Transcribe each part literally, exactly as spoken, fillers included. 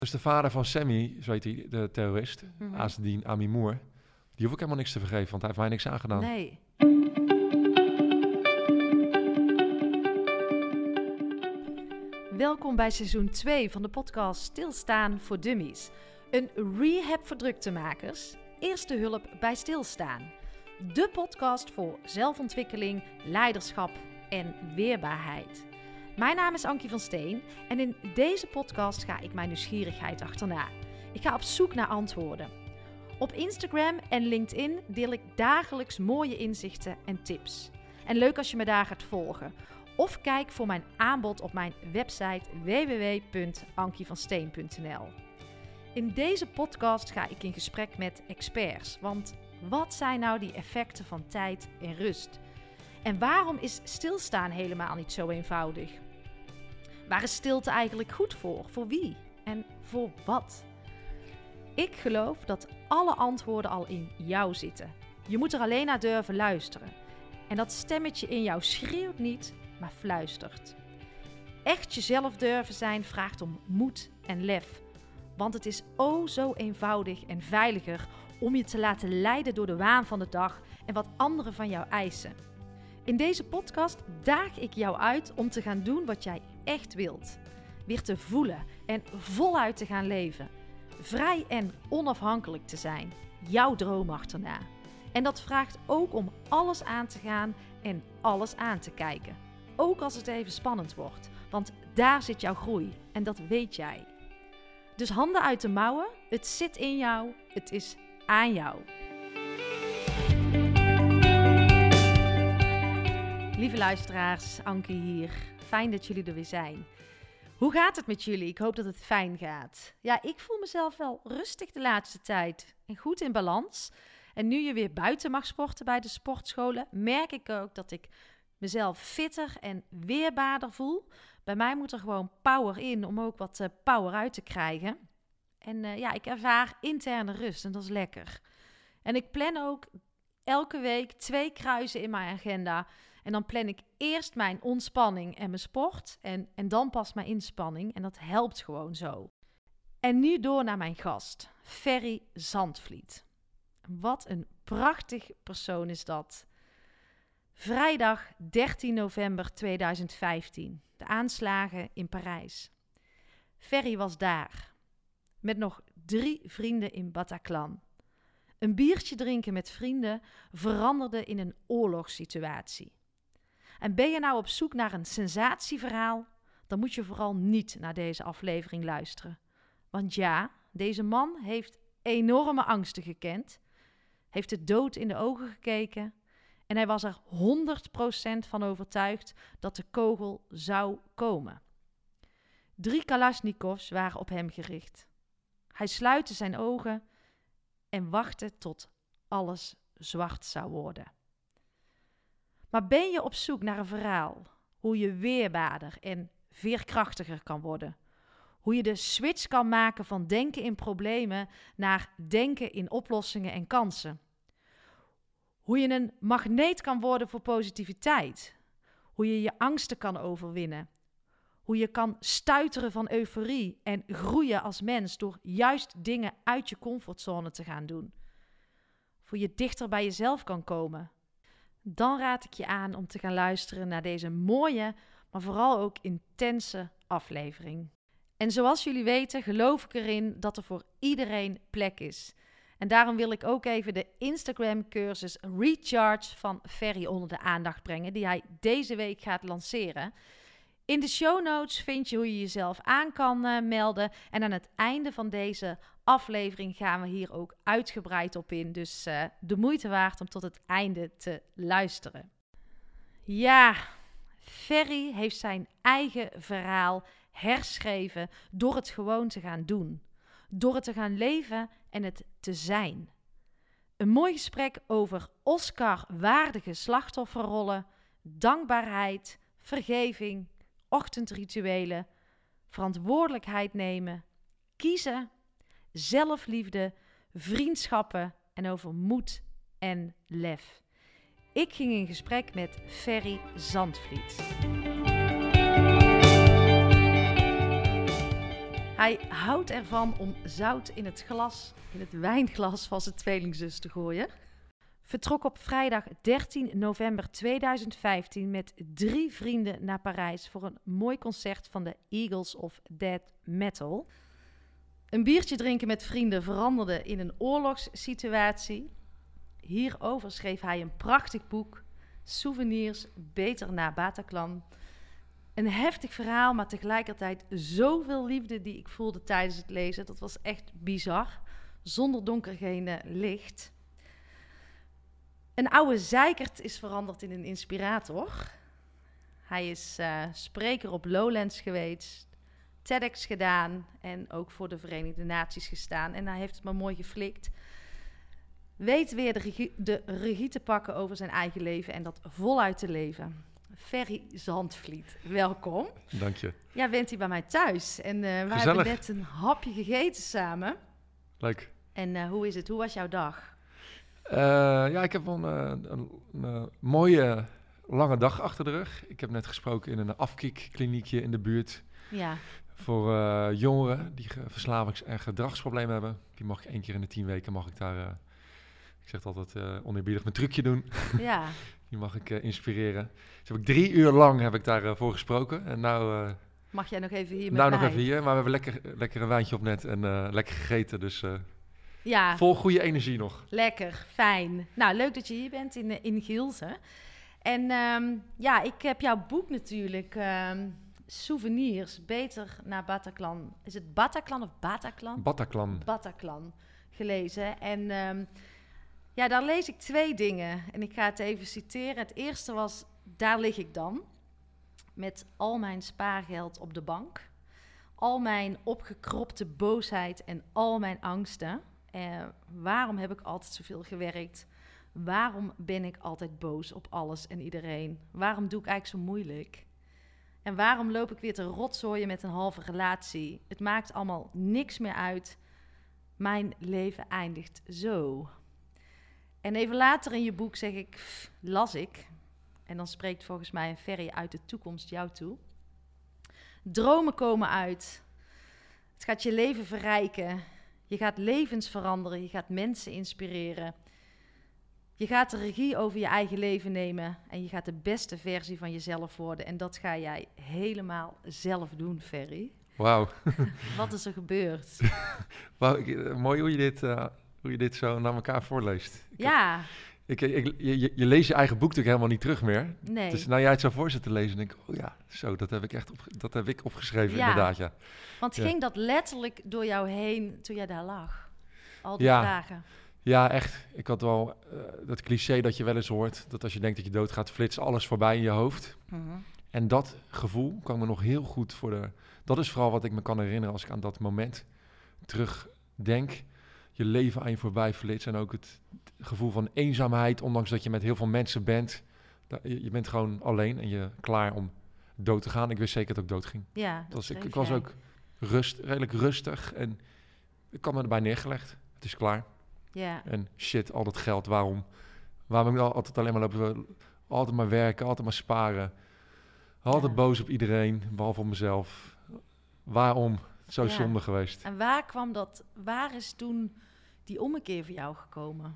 Dus de vader van Sammy, zo heet hij, de terrorist, Mhm. Azzedine Amimour, die hoef ik helemaal niks te vergeven, want hij heeft mij niks aangedaan. Nee. Welkom bij seizoen twee van de podcast Stilstaan voor Dummies. Een rehab voor druktemakers. Eerste hulp bij stilstaan. De podcast voor zelfontwikkeling, leiderschap en weerbaarheid. Mijn naam is Ankie van Steen en in deze podcast ga ik mijn nieuwsgierigheid achterna. Ik ga op zoek naar antwoorden. Op Instagram en LinkedIn deel ik dagelijks mooie inzichten en tips. En leuk als je me daar gaat volgen. Of kijk voor mijn aanbod op mijn website w w w punt ankie van steen punt n l. In deze podcast ga ik in gesprek met experts. Want wat zijn nou die effecten van tijd en rust? En waarom is stilstaan helemaal niet zo eenvoudig? Waar is stilte eigenlijk goed voor? Voor wie? En voor wat? Ik geloof dat alle antwoorden al in jou zitten. Je moet er alleen naar durven luisteren. En dat stemmetje in jou schreeuwt niet, maar fluistert. Echt jezelf durven zijn vraagt om moed en lef. Want het is o zo eenvoudig en veiliger om je te laten leiden door de waan van de dag en wat anderen van jou eisen. In deze podcast daag ik jou uit om te gaan doen wat jij echt wilt. Weer te voelen en voluit te gaan leven. Vrij en onafhankelijk te zijn. Jouw droom achterna. En dat vraagt ook om alles aan te gaan en alles aan te kijken. Ook als het even spannend wordt. Want daar zit jouw groei en dat weet jij. Dus handen uit de mouwen. Het zit in jou. Het is aan jou. Lieve luisteraars, Ankie hier. Fijn dat jullie er weer zijn. Hoe gaat het met jullie? Ik hoop dat het fijn gaat. Ja, ik voel mezelf wel rustig de laatste tijd. En goed in balans. En nu je weer buiten mag sporten bij de sportscholen, merk ik ook dat ik mezelf fitter en weerbaarder voel. Bij mij moet er gewoon power in om ook wat uh, power uit te krijgen. En uh, ja, ik ervaar interne rust en dat is lekker. En ik plan ook elke week twee kruisen in mijn agenda. En dan plan ik eerst mijn ontspanning en mijn sport. En, en dan pas mijn inspanning. En dat helpt gewoon zo. En nu door naar mijn gast, Ferry Zandvliet. Wat een prachtig persoon is dat. Vrijdag dertien november tweeduizend vijftien. De aanslagen in Parijs. Ferry was daar. Met nog drie vrienden in Bataclan. Een biertje drinken met vrienden veranderde in een oorlogssituatie. En ben je nou op zoek naar een sensatieverhaal? Dan moet je vooral niet naar deze aflevering luisteren. Want ja, deze man heeft enorme angsten gekend. Heeft de dood in de ogen gekeken. En hij was er honderd procent van overtuigd dat de kogel zou komen. Drie Kalashnikovs waren op hem gericht. Hij sluitte zijn ogen en wachtte tot alles zwart zou worden. Maar ben je op zoek naar een verhaal? Hoe je weerbaarder en veerkrachtiger kan worden? Hoe je de switch kan maken van denken in problemen naar denken in oplossingen en kansen? Hoe je een magneet kan worden voor positiviteit? Hoe je je angsten kan overwinnen? Hoe je kan stuiteren van euforie en groeien als mens door juist dingen uit je comfortzone te gaan doen? Hoe je dichter bij jezelf kan komen? Dan raad ik je aan om te gaan luisteren naar deze mooie, maar vooral ook intense aflevering. En zoals jullie weten geloof ik erin dat er voor iedereen plek is. En daarom wil ik ook even de Instagram-cursus Recharge van Ferry onder de aandacht brengen, die hij deze week gaat lanceren. In de show notes vind je hoe je jezelf aan kan uh, melden. En aan het einde van deze aflevering gaan we hier ook uitgebreid op in. Dus uh, de moeite waard om tot het einde te luisteren. Ja, Ferry heeft zijn eigen verhaal herschreven door het gewoon te gaan doen. Door het te gaan leven en het te zijn. Een mooi gesprek over Oscar-waardige slachtofferrollen, dankbaarheid, vergeving, ochtendrituelen, verantwoordelijkheid nemen, kiezen, zelfliefde, vriendschappen en over moed en lef. Ik ging in gesprek met Ferry Zandvliet. Hij houdt ervan om zout in het glas, in het wijnglas van zijn tweelingzus te gooien. Vertrok op vrijdag dertien november tweeduizend vijftien met drie vrienden naar Parijs voor een mooi concert van de Eagles of Death Metal. Een biertje drinken met vrienden veranderde in een oorlogssituatie. Hierover schreef hij een prachtig boek, Souvenirs, beter na Bataclan. Een heftig verhaal, maar tegelijkertijd zoveel liefde die ik voelde tijdens het lezen. Dat was echt bizar. Zonder donker geen uh, licht. Een oude zeikert is veranderd in een inspirator. Hij is uh, spreker op Lowlands geweest, TEDx gedaan en ook voor de Verenigde Naties gestaan. En hij heeft het maar mooi geflikt. Weet weer de regie, de regie te pakken over zijn eigen leven en dat voluit te leven. Ferry Zandvliet, welkom. Dank je. Ja, bent hier bij mij thuis. En uh, we Gezellig. hebben net een hapje gegeten samen. Leuk. En uh, hoe is het? Hoe was jouw dag? Uh, ja, ik heb wel een, een, een, een mooie lange dag achter de rug. Ik heb net gesproken in een afkikkliniekje in de buurt. Ja. Voor uh, jongeren die ge- verslavings- en gedragsproblemen hebben. Die mag ik één keer in de tien weken mag ik daar, uh, ik zeg het altijd uh, oneerbiedig, mijn trucje doen. Ja. Die mag ik uh, inspireren. Dus heb ik drie uur lang heb ik daarvoor uh, voor gesproken. En nou, uh, Mag jij nog even hier met nou mij? nog even hier. Maar we hebben lekker, lekker een wijntje op net en uh, lekker gegeten. Dus uh, Ja. vol goede energie nog. Lekker, fijn. Nou, leuk dat je hier bent in, uh, in Gielsen. En um, ja, ik heb jouw boek natuurlijk, um, Souvenirs, beter naar Bataclan. Is het Bataclan of Bataclan? Bataclan. Bataclan gelezen. En um, ja, daar lees ik twee dingen. En ik ga het even citeren. Het eerste was, daar lig ik dan. Met al mijn spaargeld op de bank. Al mijn opgekropte boosheid en al mijn angsten. Uh, waarom heb ik altijd zoveel gewerkt? Waarom ben ik altijd boos op alles en iedereen? Waarom doe ik eigenlijk zo moeilijk? En waarom loop ik weer te rotzooien met een halve relatie? Het maakt allemaal niks meer uit. Mijn leven eindigt zo. En even later in je boek zeg ik, pff, las ik... En dan spreekt volgens mij een Ferry uit de toekomst jou toe. Dromen komen uit. Het gaat je leven verrijken. Je gaat levens veranderen. Je gaat mensen inspireren. Je gaat de regie over je eigen leven nemen. En je gaat de beste versie van jezelf worden. En dat ga jij helemaal zelf doen, Ferry. Wauw. Wat is er gebeurd? Wauw, ik- mooi hoe je, dit, uh, hoe je dit zo naar elkaar voorleest. Ik Ja, Ik, ik, je, je, je leest je eigen boek natuurlijk helemaal niet terug meer. nee. Dus nou jij het zo voor zit te lezen, denk ik, oh ja, zo, dat heb ik echt op, dat heb ik opgeschreven, Ja. inderdaad, ja. Want Ja. ging dat letterlijk door jou heen toen jij daar lag? Al die Ja. vragen. Ja, echt. Ik had wel uh, dat cliché dat je wel eens hoort, dat als je denkt dat je doodgaat, flitst alles voorbij in je hoofd. Mhm. En dat gevoel kan ik me nog heel goed voor de... Dat is vooral wat ik me kan herinneren als ik aan dat moment terugdenk. Je leven aan je voorbij flitst en ook het gevoel van eenzaamheid, ondanks dat je met heel veel mensen bent. Da- Je, je bent gewoon alleen en je klaar om dood te gaan. Ik wist zeker dat ik dood ging. Ja, dat Dat was, ik, schreef ik was jij. ook rust, redelijk rustig en ik had me erbij neergelegd. Het is klaar. Ja, En shit, al dat geld, waarom? Waarom ik al- altijd alleen maar lopen, altijd maar werken, altijd maar sparen. Altijd Ja. boos op iedereen, behalve op mezelf. Waarom? Zo Ja. zonde geweest. en waar kwam dat, waar is toen die ommekeer voor jou gekomen?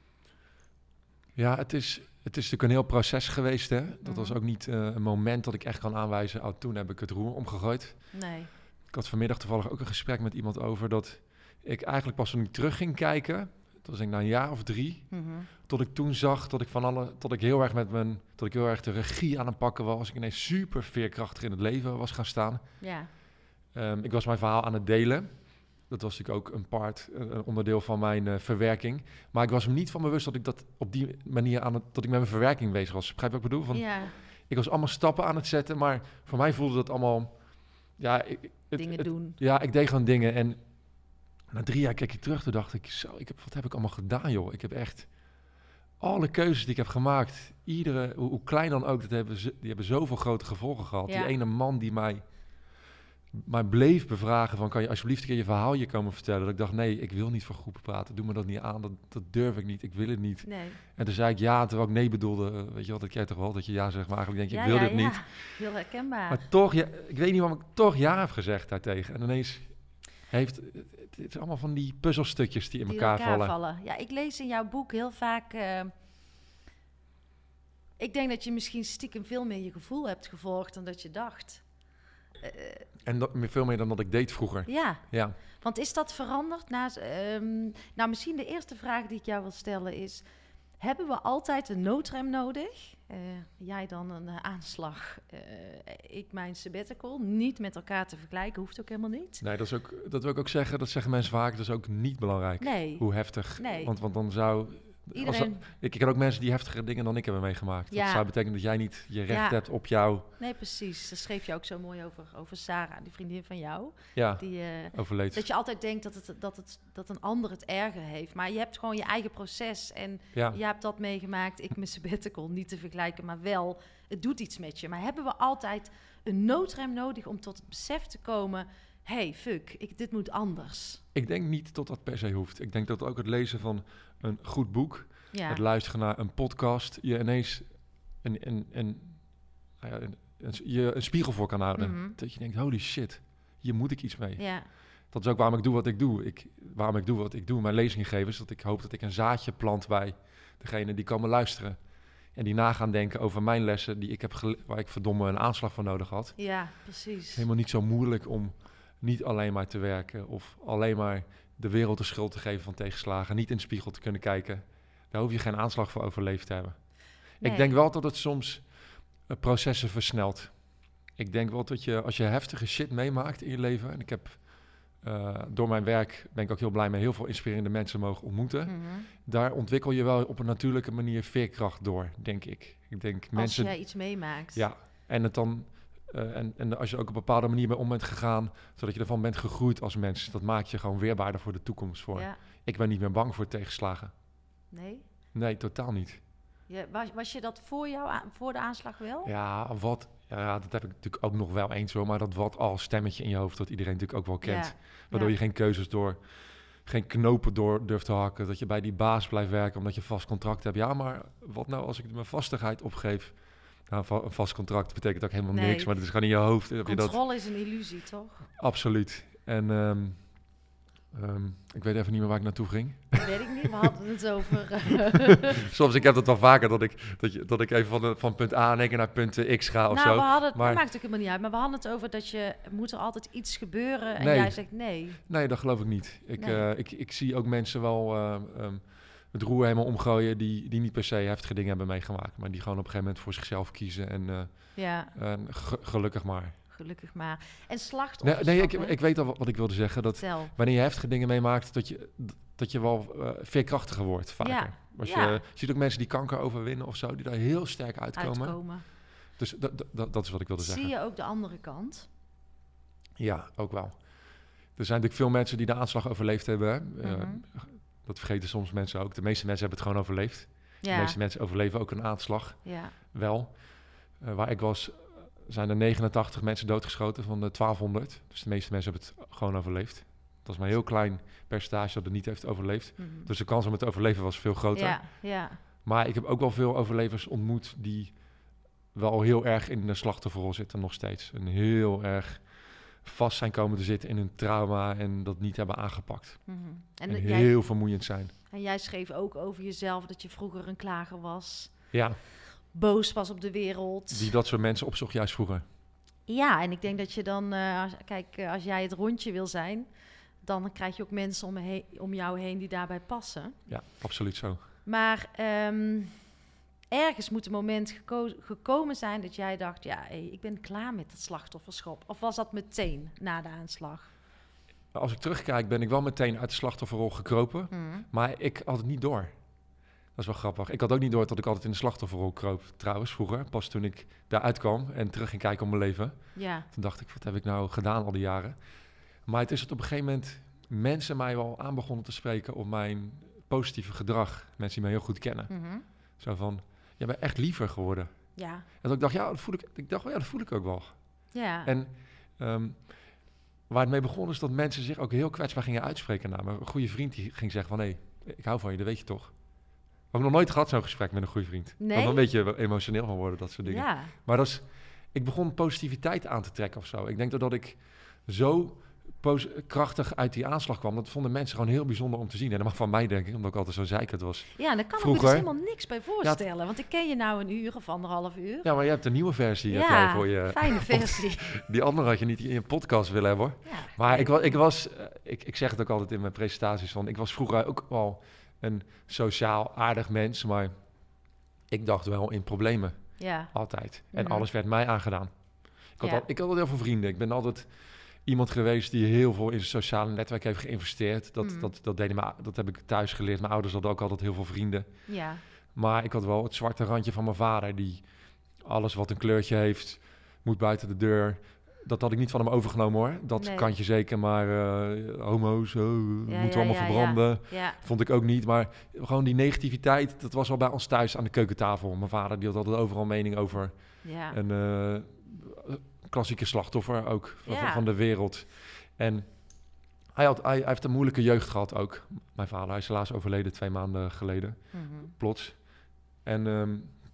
Ja, het is, het is natuurlijk een heel proces geweest, hè. Dat was Mhm. ook niet eh, een moment dat ik echt kan aanwijzen, oh, toen heb ik het roer omgegooid. Nee. Ik had vanmiddag toevallig ook een gesprek met iemand over dat ik eigenlijk pas toen ik terug ging kijken, dat was denk ik na een jaar of drie, Mhm. tot ik toen zag dat ik van alle, tot ik heel erg met mijn, tot ik heel erg de regie aan het pakken was. Ik ineens super veerkrachtig in het leven was gaan staan. Ja, Ehm, ik was mijn verhaal aan het delen. Dat was natuurlijk ook een part, een een onderdeel van mijn eh, verwerking. Maar ik was me niet van bewust dat ik dat op die manier aan het, dat ik met mijn verwerking bezig was. Begrijp je wat ik bedoel? Van, ja, ik was allemaal stappen aan het zetten, maar voor mij voelde dat allemaal, ja, ik, het, dingen het- doen. ja, ik deed gewoon dingen en na drie jaar keek ik terug, toen dacht ik, zo, ik heb, wat heb ik allemaal gedaan, joh? Ik heb echt alle keuzes die ik heb gemaakt, iedere, hoe, hoe klein dan ook, dat hebben ze, die hebben zoveel grote gevolgen gehad. Ja. Die ene man die mij, mij bleef bevragen van, kan je alsjeblieft een keer je verhaal hier komen vertellen? Dat ik dacht, nee, ik wil niet voor groepen praten, doe me dat niet aan, dat, dat durf ik niet, ik wil het niet. Nee. En toen zei ik ja, terwijl ik nee bedoelde, eh, weet je wat, dat jij toch wel, dat je ja zegt, maar eigenlijk denk je, Ja, ik wil ja, dit ja. niet. Heel herkenbaar. Maar toch, ja, ik weet niet waarom ik toch ja heb gezegd daartegen. En ineens heeft, het, het is allemaal van die puzzelstukjes die in Die elkaar, in elkaar vallen. vallen. Ja, ik lees in jouw boek heel vaak... Uh, ik denk dat je misschien stiekem veel meer je gevoel hebt gevolgd dan dat je dacht. Uh, en dat, veel meer dan dat ik deed vroeger. Ja, ja. Want is dat veranderd? Na, um, nou, misschien de eerste vraag die ik jou wil stellen is... Hebben we altijd een noodrem nodig? Uh, jij dan een uh, aanslag, uh, ik mijn sabbatical. Niet met elkaar te vergelijken, hoeft ook helemaal niet. Nee, dat, is ook, dat wil ik ook zeggen. Dat zeggen mensen vaak. Dat is ook niet belangrijk. Nee. Hoe heftig. Nee. Want, want dan zou... Iedereen... Als, ik ken ook mensen die heftigere dingen dan ik hebben meegemaakt. Ja. Dat zou betekenen dat jij niet je recht ja. hebt op jou. Nee, precies. Daar schreef je ook zo mooi over, over Sarah, die vriendin van jou. Ja, die, uh, overleed. Dat je altijd denkt dat, het, dat, het, dat een ander het erger heeft. Maar je hebt gewoon je eigen proces. En ja. je hebt dat meegemaakt. Ik mijn sabbatical, niet te vergelijken, maar wel, het doet iets met je. Maar hebben we altijd een noodrem nodig om tot het besef te komen... hey, fuck, ik, dit moet anders. Ik denk niet dat dat per se hoeft. Ik denk dat ook het lezen van een goed boek... Ja. Het luisteren naar een podcast, je ineens een, een, een, een, een, een, je een spiegel voor kan houden. Mm-hmm. Dat je denkt, holy shit, hier moet ik iets mee. Ja. Dat is ook waarom ik doe wat ik doe. Ik, waarom ik doe wat ik doe, mijn lezingen geven, is dat ik hoop dat ik een zaadje plant bij degene die komen luisteren. En die na gaan denken over mijn lessen, die ik heb gele- waar ik verdomme een aanslag voor nodig had. Ja, precies. Helemaal niet zo moeilijk om niet alleen maar te werken of alleen maar de wereld de schuld te geven van tegenslagen, niet in de spiegel te kunnen kijken. Daar hoef je geen aanslag voor overleefd te hebben. Nee. Ik denk wel dat het soms uh, processen versnelt. Ik denk wel dat je, als je heftige shit meemaakt in je leven... en ik heb uh, door mijn werk, ben ik ook heel blij mee... heel veel inspirerende mensen mogen ontmoeten. Mm-hmm. Daar ontwikkel je wel op een natuurlijke manier veerkracht door, denk ik. Ik denk als mensen, jij iets meemaakt. Ja, en, het dan, uh, en, en als je ook op een bepaalde manier mee om bent gegaan... zodat je ervan bent gegroeid als mens... dat maakt je gewoon weerbaarder voor de toekomst voor. Ja. Ik ben niet meer bang voor tegenslagen. Nee? Nee, totaal niet. Ja, was, was je dat voor jou, voor de aanslag wel? Ja, wat, ja, dat heb ik natuurlijk ook nog wel eens hoor. Maar dat wat al stemmetje in je hoofd, dat iedereen natuurlijk ook wel kent. Ja. Waardoor ja. je geen keuzes door, geen knopen door durft te hakken. Dat je bij die baas blijft werken omdat je vast contract hebt. Ja, maar wat nou als ik mijn vastigheid opgeef? Nou, een vast contract betekent ook helemaal nee. niks, maar dat is gewoon in je hoofd. Controle is een illusie, toch? Absoluut. En... Um, Um, ik weet even niet meer waar ik naartoe ging. Dat weet ik niet, we hadden het over... Uh... Soms, ik heb het wel vaker, dat ik, dat je, dat ik even van, de, van punt A in één keer naar punt X ga of nou, zo. We hadden het, maar... dat maakt ook helemaal niet uit, maar we hadden het over dat je... moet er altijd iets gebeuren en nee. jij zegt nee. Nee, dat geloof ik niet. Ik, nee. uh, ik, ik zie ook mensen wel uh, um, het roer helemaal omgooien... Die, die niet per se heftige dingen hebben meegemaakt... maar die gewoon op een gegeven moment voor zichzelf kiezen en uh, ja. uh, ge- gelukkig maar. Gelukkig maar. En slachtoffers... Nee, nee ik, ik weet al wat, wat ik wilde zeggen. Dat Vertel. Wanneer je heftige dingen meemaakt... dat je, dat je wel uh, veerkrachtiger wordt vaker. Ja. Als ja. je ziet ook mensen die kanker overwinnen of zo... die daar heel sterk uitkomen. uitkomen. Dus dat, dat, dat is wat ik wilde Zie zeggen. Zie je ook de andere kant? Ja, ook wel. Er zijn natuurlijk veel mensen die de aanslag overleefd hebben. Mm-hmm. Uh, dat vergeten soms mensen ook. De meeste mensen hebben het gewoon overleefd. Ja. De meeste mensen overleven ook een aanslag. Ja. Wel. Uh, waar ik was... zijn er negenentachtig mensen doodgeschoten van de twaalfhonderd. Dus de meeste mensen hebben het gewoon overleefd. Dat is maar een heel klein percentage dat het niet heeft overleefd. Mm-hmm. Dus de kans om het te overleven was veel groter. Ja, ja. Maar ik heb ook wel veel overlevers ontmoet... die wel heel erg in de slachtofferrol zitten nog steeds. En heel erg vast zijn komen te zitten in hun trauma... en dat niet hebben aangepakt. Mm-hmm. En, en heel jij, vermoeiend zijn. En jij schreef ook over jezelf dat je vroeger een klager was. Ja. Boos was op de wereld. Die dat soort mensen opzocht juist vroeger. Ja, en ik denk dat je dan... Uh, kijk, uh, als jij het rondje wil zijn... dan krijg je ook mensen om, he- om jou heen die daarbij passen. Ja, absoluut zo. Maar um, ergens moet een moment geko- gekomen zijn... dat jij dacht, ja, hey, ik ben klaar met het slachtofferschap. Of was dat meteen na de aanslag? Als ik terugkijk ben ik wel meteen uit de slachtofferrol gekropen. Mm. Maar ik had het niet door. Dat is wel grappig. Ik had ook niet door dat ik altijd in de slachtofferrol kroop, trouwens, vroeger. Pas toen ik daaruit kwam en terug ging kijken op mijn leven. Ja. Toen dacht ik, wat heb ik nou gedaan al die jaren? Maar het is het op een gegeven moment... mensen mij wel aan begonnen te spreken op mijn positieve gedrag. Mensen die mij heel goed kennen. Mm-hmm. Zo van, jij bent echt liever geworden. Ja. En dat ik dacht, ja, dat voel ik. Ik dacht, oh ja, dat voel ik ook wel. Ja. En um, waar het mee begon is dat mensen zich ook heel kwetsbaar gingen uitspreken naar me. Een goede vriend die ging zeggen van, hé, hey, ik hou van je, dat weet je toch. Ik heb nog nooit gehad zo'n gesprek met een goede vriend. Nee? Want dan weet je emotioneel van worden, dat soort dingen. Ja. Maar dat is, ik begon positiviteit aan te trekken of zo. Ik denk dat, dat ik zo pos- krachtig uit die aanslag kwam, dat vonden mensen gewoon heel bijzonder om te zien. En dat mag van mij, denk ik, omdat ik altijd zo zeikerd was. Ja, daar kan ik me Vroeger- dus helemaal niks bij voorstellen. Want ik ken je nou een uur of anderhalf uur. Ja, maar je hebt een nieuwe versie heb jij Ja, voor je. fijne versie. Die andere had je niet in je podcast willen hebben, hoor. Ja. Maar ik, wa- ik was, eh, ik, ik zeg het ook altijd in mijn presentaties, van ik was vroeger ook wel een sociaal aardig mens, maar ik dacht wel in problemen, Ja. altijd. En Mhm. alles werd mij aangedaan. Ik had, Ja. al, ik had altijd heel veel vrienden. Ik ben altijd iemand geweest die heel veel in zijn sociale netwerk heeft geïnvesteerd. Dat, Mhm. dat, dat, deden mijn, dat heb ik thuis geleerd. Mijn ouders hadden ook altijd heel veel vrienden. Ja. Maar ik had wel het zwarte randje van mijn vader, die alles wat een kleurtje heeft, moet buiten de deur. Dat had ik niet van hem overgenomen, hoor. Dat Nee. kantje zeker, maar eh, homo's, oh, Ja, moeten ja, we allemaal ja, verbranden. Ja. Vond ik ook niet, maar gewoon die negativiteit, dat was al bij ons thuis aan de keukentafel. Mijn vader die had altijd overal mening over. Ja. Een eh, klassieke slachtoffer ook van, Ja. van de wereld. En hij, had, hij, hij heeft een moeilijke jeugd gehad ook. Mijn vader, hij is helaas overleden twee maanden geleden, Mhm. plots. En ehm,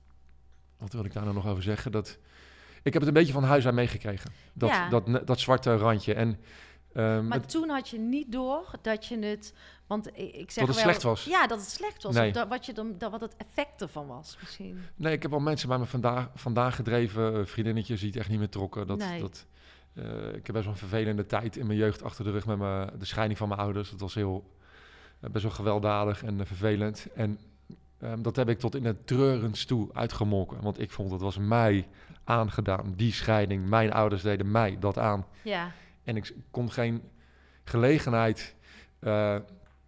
wat wil ik daar nou nog over zeggen? Dat, ik heb het een beetje van huis uit meegekregen. Dat, Ja. dat, dat, dat zwarte randje. En, ehm, Maar het- toen had je niet door dat je het... Want ik ik zeg Dat het wel, slecht was. Ja, dat het slecht was. Nee. Of dat, wat, je dan, dat, wat het effect ervan was misschien. nee, ik heb wel mensen bij me vandaag, vandaan gedreven. eh, vriendinnetjes die het echt niet meer trokken. Dat, Nee. dat, eh, ik heb best wel een vervelende tijd in mijn jeugd achter de rug met mijn, de scheiding van mijn ouders. Dat was heel, eh, best wel gewelddadig en eh, vervelend. En ehm, dat heb ik tot in het treurens toe uitgemolken. Want ik vond, het was mij aangedaan. Die scheiding, mijn ouders deden mij dat aan. Ja. En ik kon geen gelegenheid eh, eh,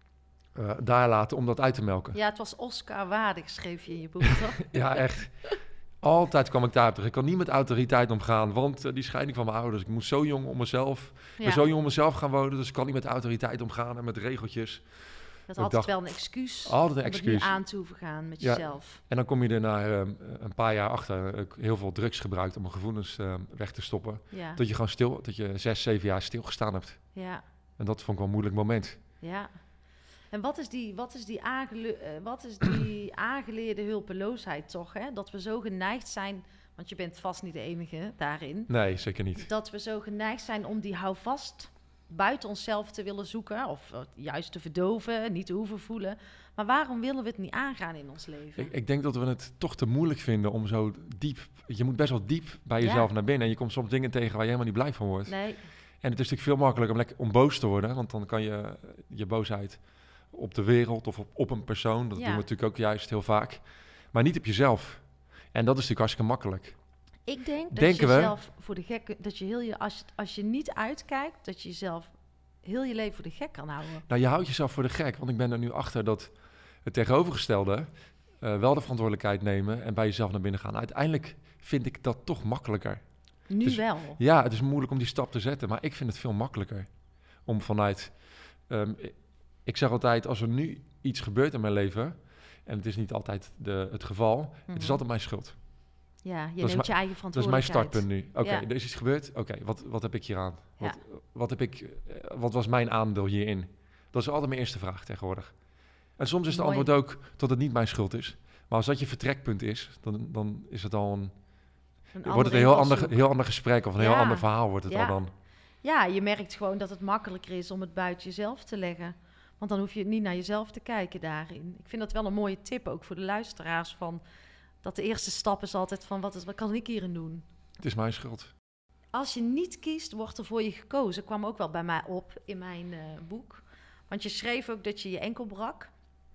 daar laten om dat uit te melken. Ja, het was Oscar waardig, schreef je in je boek, toch? Ja, echt. Altijd kwam ik daar terug. Ik kan niet met autoriteit omgaan, want eh, die scheiding van mijn ouders. Ik moest zo jong om mezelf, ik ben zo jong om mezelf gaan wonen, dus ik kan niet met autoriteit omgaan en met regeltjes. Dat ik altijd dacht, wel een excuus. Altijd een om het excuus. niet aan te hoeven gaan met Ja. jezelf. En dan kom je er na eh, een paar jaar achter, eh, heel veel drugs gebruikt om mijn gevoelens eh, weg te stoppen. Ja. Dat je gewoon stil, dat je zes, zeven jaar stilgestaan hebt. Ja. En dat vond ik wel een moeilijk moment. Ja. En wat is die, wat is die, aangele- eh, wat is die aangeleerde hulpeloosheid toch? Hè? Dat we zo geneigd zijn, want je bent vast niet de enige daarin. Nee, zeker niet. Dat we zo geneigd zijn om die houvast buiten onszelf te willen zoeken. Of eh, juist te verdoven, niet te hoeven voelen. Maar waarom willen we het niet aangaan in ons leven? Ik, ik denk dat we het toch te moeilijk vinden om zo diep... Je moet best wel diep bij jezelf Ja. naar binnen. En je komt soms dingen tegen waar je helemaal niet blij van wordt. Nee, En het is natuurlijk veel makkelijker om, lekker, om boos te worden. Want dan kan je je boosheid op de wereld of op, op een persoon... dat Ja. doen we natuurlijk ook juist heel vaak. Maar niet op jezelf. En dat is natuurlijk hartstikke makkelijk. ik denk dat Denken je we? jezelf voor de gek... Dat je heel je, als, als je niet uitkijkt, dat je jezelf heel je leven voor de gek kan houden. Nou, je houdt jezelf voor de gek. Want ik ben er nu achter dat het tegenovergestelde... eh, wel de verantwoordelijkheid nemen en bij jezelf naar binnen gaan. Uiteindelijk vind ik dat toch makkelijker. Nu Dus- wel. Ja, het is moeilijk om die stap te zetten, maar ik vind het veel makkelijker om vanuit... ehm, ik- ik zeg altijd, als er nu iets gebeurt in mijn leven, en het is niet altijd de, het geval, het is Mhm. altijd mijn schuld. Ja, je is neemt mijn- je eigen Dat is mijn verantwoordelijkheid. startpunt nu. Oké, Ja. er is iets gebeurd. Oké, wat, wat heb ik hier aan? Ja. Wat, wat, heb ik, eh, wat was mijn aandeel hierin? Dat is altijd mijn eerste vraag tegenwoordig. En soms is het Mooi. antwoord ook dat het niet mijn schuld is. Maar als dat je vertrekpunt is, dan, dan is het al een, Een wordt het andere een heel ander, invalshoek. heel ander gesprek of een heel Ja. ander verhaal wordt het Ja. al dan. Ja, je merkt gewoon dat het makkelijker is om het buiten jezelf te leggen. Want dan hoef je niet naar jezelf te kijken daarin. Ik vind dat wel een mooie tip ook voor de luisteraars. Van, dat de eerste stap is altijd van, wat, is, wat kan ik hierin doen? Het is mijn schuld. Als je niet kiest, wordt er voor je gekozen. Kwam ook wel bij mij op in mijn eh, boek. Want je schreef ook dat je je enkel brak.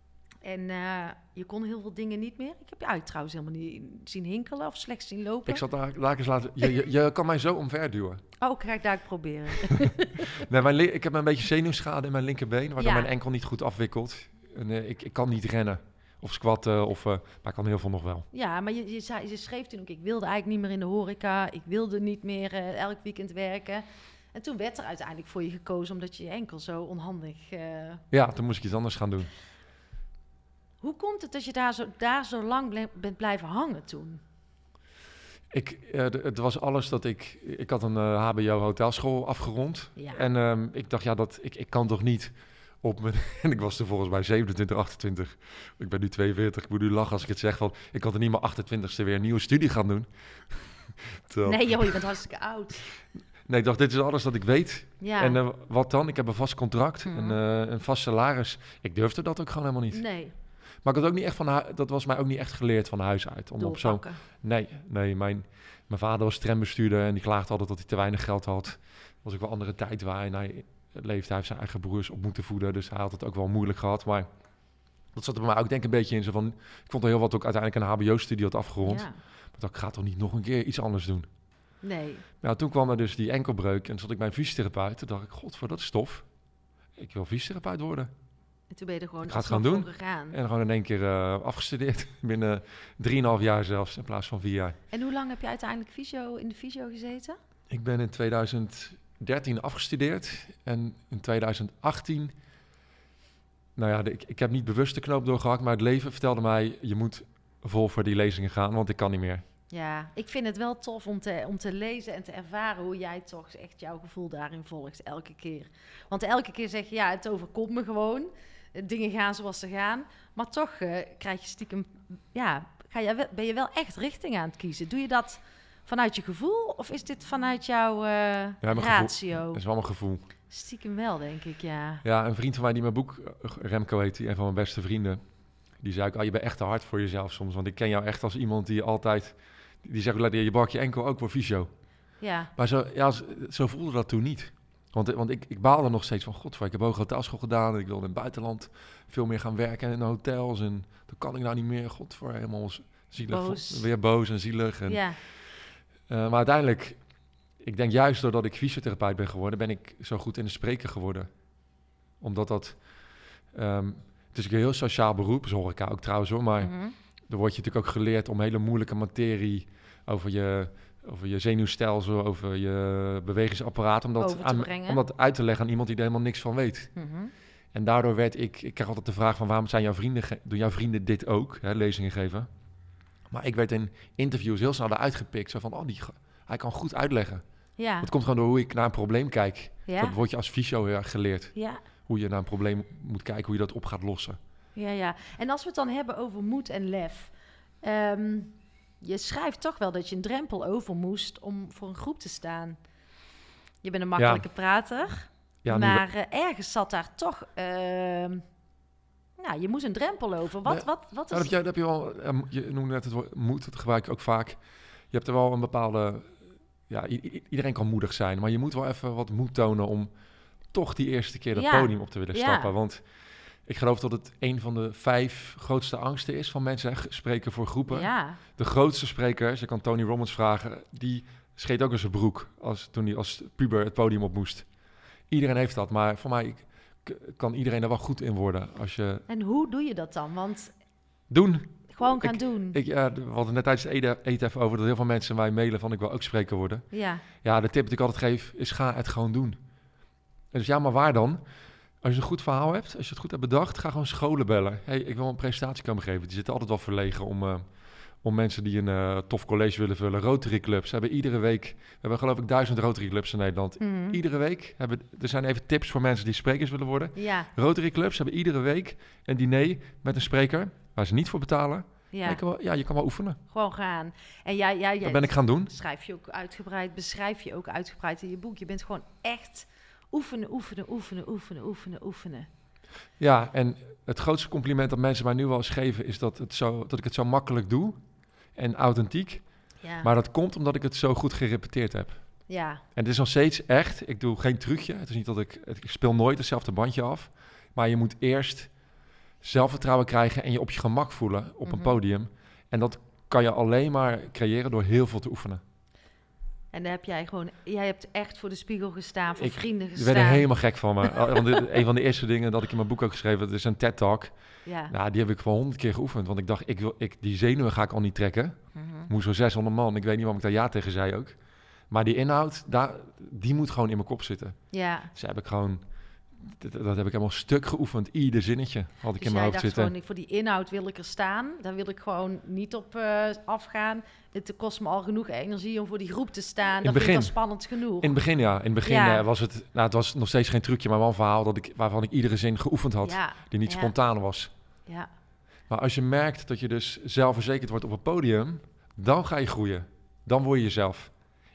En eh, je kon heel veel dingen niet meer. Ik heb je uit trouwens helemaal niet zien hinkelen of slecht zien lopen. Ik zal daar, daar eens laten... Je, je, je kan mij zo omverduwen. Oh, ga ik daar ook proberen. Nee, mijn, li- ik heb een beetje zenuwschade in mijn linkerbeen, waardoor Ja. mijn enkel niet goed afwikkelt. En, eh, ik, ik kan niet rennen of squatten, of, eh, maar ik kan heel veel nog wel. Ja, maar je, je, zei, je schreef toen ook, ik wilde eigenlijk niet meer in de horeca. Ik wilde niet meer eh, elk weekend werken. En toen werd er uiteindelijk voor je gekozen, omdat je je enkel zo onhandig... eh, Ja, toen moest ik iets anders gaan doen. Hoe komt het dat je daar zo, daar zo lang ble- bent blijven hangen toen? Ik, eh, d- het was alles dat ik... Ik had een eh, H B O hotelschool afgerond. Ja. En ehm, ik dacht, ja, dat, ik, ik kan toch niet op mijn... En ik was toen volgens mij zevenentwintig, achtentwintig. Ik ben nu tweeënveertig. Ik moet nu lachen als ik het zeg. Van, ik kan er niet mijn achtentwintigste weer een nieuwe studie gaan doen. Terwijl- Nee joh, je bent hartstikke oud. Nee, ik dacht, dit is alles dat ik weet. Ja. En uh, wat dan? Ik heb een vast contract, Mhm. een, uh, een vast salaris. Ik durfde dat ook gewoon helemaal niet. Nee, Maar ik had ook niet echt van hu- dat was mij ook niet echt geleerd van huis uit. Om op zo'n doorpakken. Nee, nee mijn, mijn vader was trambestuurder en die klaagde altijd dat hij te weinig geld had. Dat was ook wel een andere tijd waarin hij leefde. Hij heeft zijn eigen broers op moeten voeden, dus hij had het ook wel moeilijk gehad. Maar dat zat er bij mij ook denk ik een beetje in. Zo van, ik vond er heel wat ook uiteindelijk een H B O-studie had afgerond. Ja. Maar dacht, ik ga toch niet nog een keer iets anders doen. Nee. Nou, toen kwam er dus die enkelbreuk en zat ik bij een fysiotherapeut. Toen dacht ik, godver, dat is stof. Ik wil fysiotherapeut worden. En toen ben je er gewoon Ik ga het alsnog gewoon voor gegaan. En gewoon in één keer uh, afgestudeerd. Binnen drieënhalf jaar zelfs, in plaats van vier jaar. En hoe lang heb je uiteindelijk fysio, in de fysio gezeten? Ik ben in twintig dertien afgestudeerd. En in twintig achttien... Nou ja, de, ik, ik heb niet bewust de knoop doorgehakt, maar het leven vertelde mij, je moet vol voor die lezingen gaan, want ik kan niet meer. Ja, ik vind het wel tof om te, om te lezen en te ervaren hoe jij toch echt jouw gevoel daarin volgt, elke keer. Want elke keer zeg je, ja, het overkomt me gewoon. Dingen gaan zoals ze gaan. Maar toch uh, krijg je stiekem, ja, ga je, wel- ben je wel echt richting aan het kiezen. Doe je dat vanuit je gevoel of is dit vanuit jouw uh, mijn gevoel. ratio? Dat is wel mijn gevoel. Stiekem wel, denk ik, ja. Ja, een vriend van mij die mijn boek, uh, Remco heet hij, een van mijn beste vrienden, die zei ook, oh, je bent echt te hard voor jezelf soms. Want ik ken jou echt als iemand die altijd, die zegt, laat je brak je enkel ook voor fysio. Ja, Maar zo, ja, zo, zo voelde dat toen niet. Want, want ik, ik baalde nog steeds van, god, ik heb hoge hotelschool gedaan en ik wilde in het buitenland veel meer gaan werken in hotels. En dan kan ik nou niet meer, god, voor helemaal zielig. Boos. Weer boos en zielig. En, ja, uh, maar uiteindelijk, ik denk juist doordat ik fysiotherapeut ben geworden, ben ik zo goed in het spreken geworden. Omdat dat, um, het is een heel sociaal beroep, zo horeca ook trouwens hoor, maar mhm. dan word je natuurlijk ook geleerd om hele moeilijke materie over je, over je zenuwstelsel, over je bewegingsapparaat, om dat, Over te aan, brengen. om dat uit te leggen aan iemand die er helemaal niks van weet. Mhm. En daardoor werd ik, ik krijg altijd de vraag van waarom zijn jouw vrienden, ge- doen jouw vrienden dit ook, hè, lezingen geven. Maar ik werd in interviews heel snel eruit gepikt, zo van, oh, die, ga- hij kan goed uitleggen. Ja, Dat komt gewoon door hoe ik naar een probleem kijk. ja, Dat word je als fysio heel erg geleerd. ja. Hoe je naar een probleem moet kijken, hoe je dat op gaat lossen. Ja, ja. En als we het dan hebben over moed en lef. ehm, je schrijft toch wel dat je een drempel over moest om voor een groep te staan. Je bent een makkelijke prater. Ja, nu- maar uh, ergens zat daar toch... ehm, nou, je moest een drempel over. Wat, Nee, wat, wat Nou, is... dat heb je, dat heb je wel, eh, je noemde net het woord moed, dat gebruik ik ook vaak. Je hebt er wel een bepaalde, ja, i- i- iedereen kan moedig zijn, maar je moet wel even wat moed tonen om toch die eerste keer dat Ja, podium op te willen ja. stappen. Want ik geloof dat het een van de vijf grootste angsten is van mensen, hè, spreken voor groepen. Ja, De grootste sprekers, je kan Tony Robbins vragen, die scheet ook in zijn broek als, toen hij als puber het podium op moest. Iedereen heeft dat, maar voor mij k- kan iedereen er wel goed in worden als je... en hoe doe je dat dan? Want Doen! gewoon gaan Ik- doen. Ik, ja, we hadden net tijdens het eten, eten even over dat heel veel mensen mij mailen van ik wil ook spreker worden. ja, Ja, de tip die ik altijd geef is ga het gewoon doen. En dus ja, maar waar dan? Als je een goed verhaal hebt, als je het goed hebt bedacht, ga gewoon scholen bellen. Hey, ik wil een presentatie komen geven. Die zitten altijd wel verlegen om, uh, om mensen die een uh, tof college willen vullen. Rotary clubs hebben iedere week, we hebben geloof ik duizend Rotary clubs in Nederland. Mhm. Iedere week hebben, er zijn even tips voor mensen die sprekers willen worden. ja, Rotary clubs hebben iedere week een diner met een spreker waar ze niet voor betalen. ja. Je kan wel, ja, je kan wel oefenen. Gewoon gaan. En jij, jij, jij Dat ben ik gaan doen. schrijf je ook uitgebreid, beschrijf je ook uitgebreid in je boek. Je bent gewoon echt oefenen, oefenen, oefenen, oefenen, oefenen, oefenen. Ja, en het grootste compliment dat mensen mij nu wel eens geven is dat, het zo, dat ik het zo makkelijk doe en authentiek. Ja, Maar dat komt omdat ik het zo goed gerepeteerd heb. ja, En het is nog steeds echt, ik doe geen trucje. Het is niet dat ik, ik speel nooit hetzelfde bandje af. Maar je moet eerst zelfvertrouwen krijgen en je op je gemak voelen op Mhm. een podium. En dat kan je alleen maar creëren door heel veel te oefenen. en dan heb jij gewoon, jij hebt echt voor de spiegel gestaan, voor Ik- vrienden Je gestaan. bent er helemaal gek van me. Want dit- een van de eerste dingen dat ik in mijn boek ook geschreven heb, is een TED-talk. Ja. Nou, die heb ik wel honderd keer geoefend. Want ik dacht, ik wil, ik, die zenuwen ga ik al niet trekken. Mhm. Moest zo zeshonderd man. Ik weet niet waarom ik daar ja tegen zei ook. Maar die inhoud, daar, die moet gewoon in mijn kop zitten. Ja. Dus heb ik gewoon, dat, dat heb ik helemaal stuk geoefend. Ieder zinnetje had ik Dus in mijn jij hoofd dacht zitten. gewoon, ik- voor die inhoud wil ik er staan. Daar wil ik gewoon niet op eh, afgaan. Het kost me al genoeg energie om voor die groep te staan. het Dat vind ik al begin. spannend genoeg. In het begin, ja. In het begin Ja. eh, was het, nou, het was nog steeds geen trucje, maar wel een verhaal dat ik, waarvan ik iedere zin geoefend had. ja, Die niet ja. spontaan was. ja, Maar als je merkt dat je dus zelfverzekerd wordt op een podium, dan ga je groeien. Dan word je jezelf.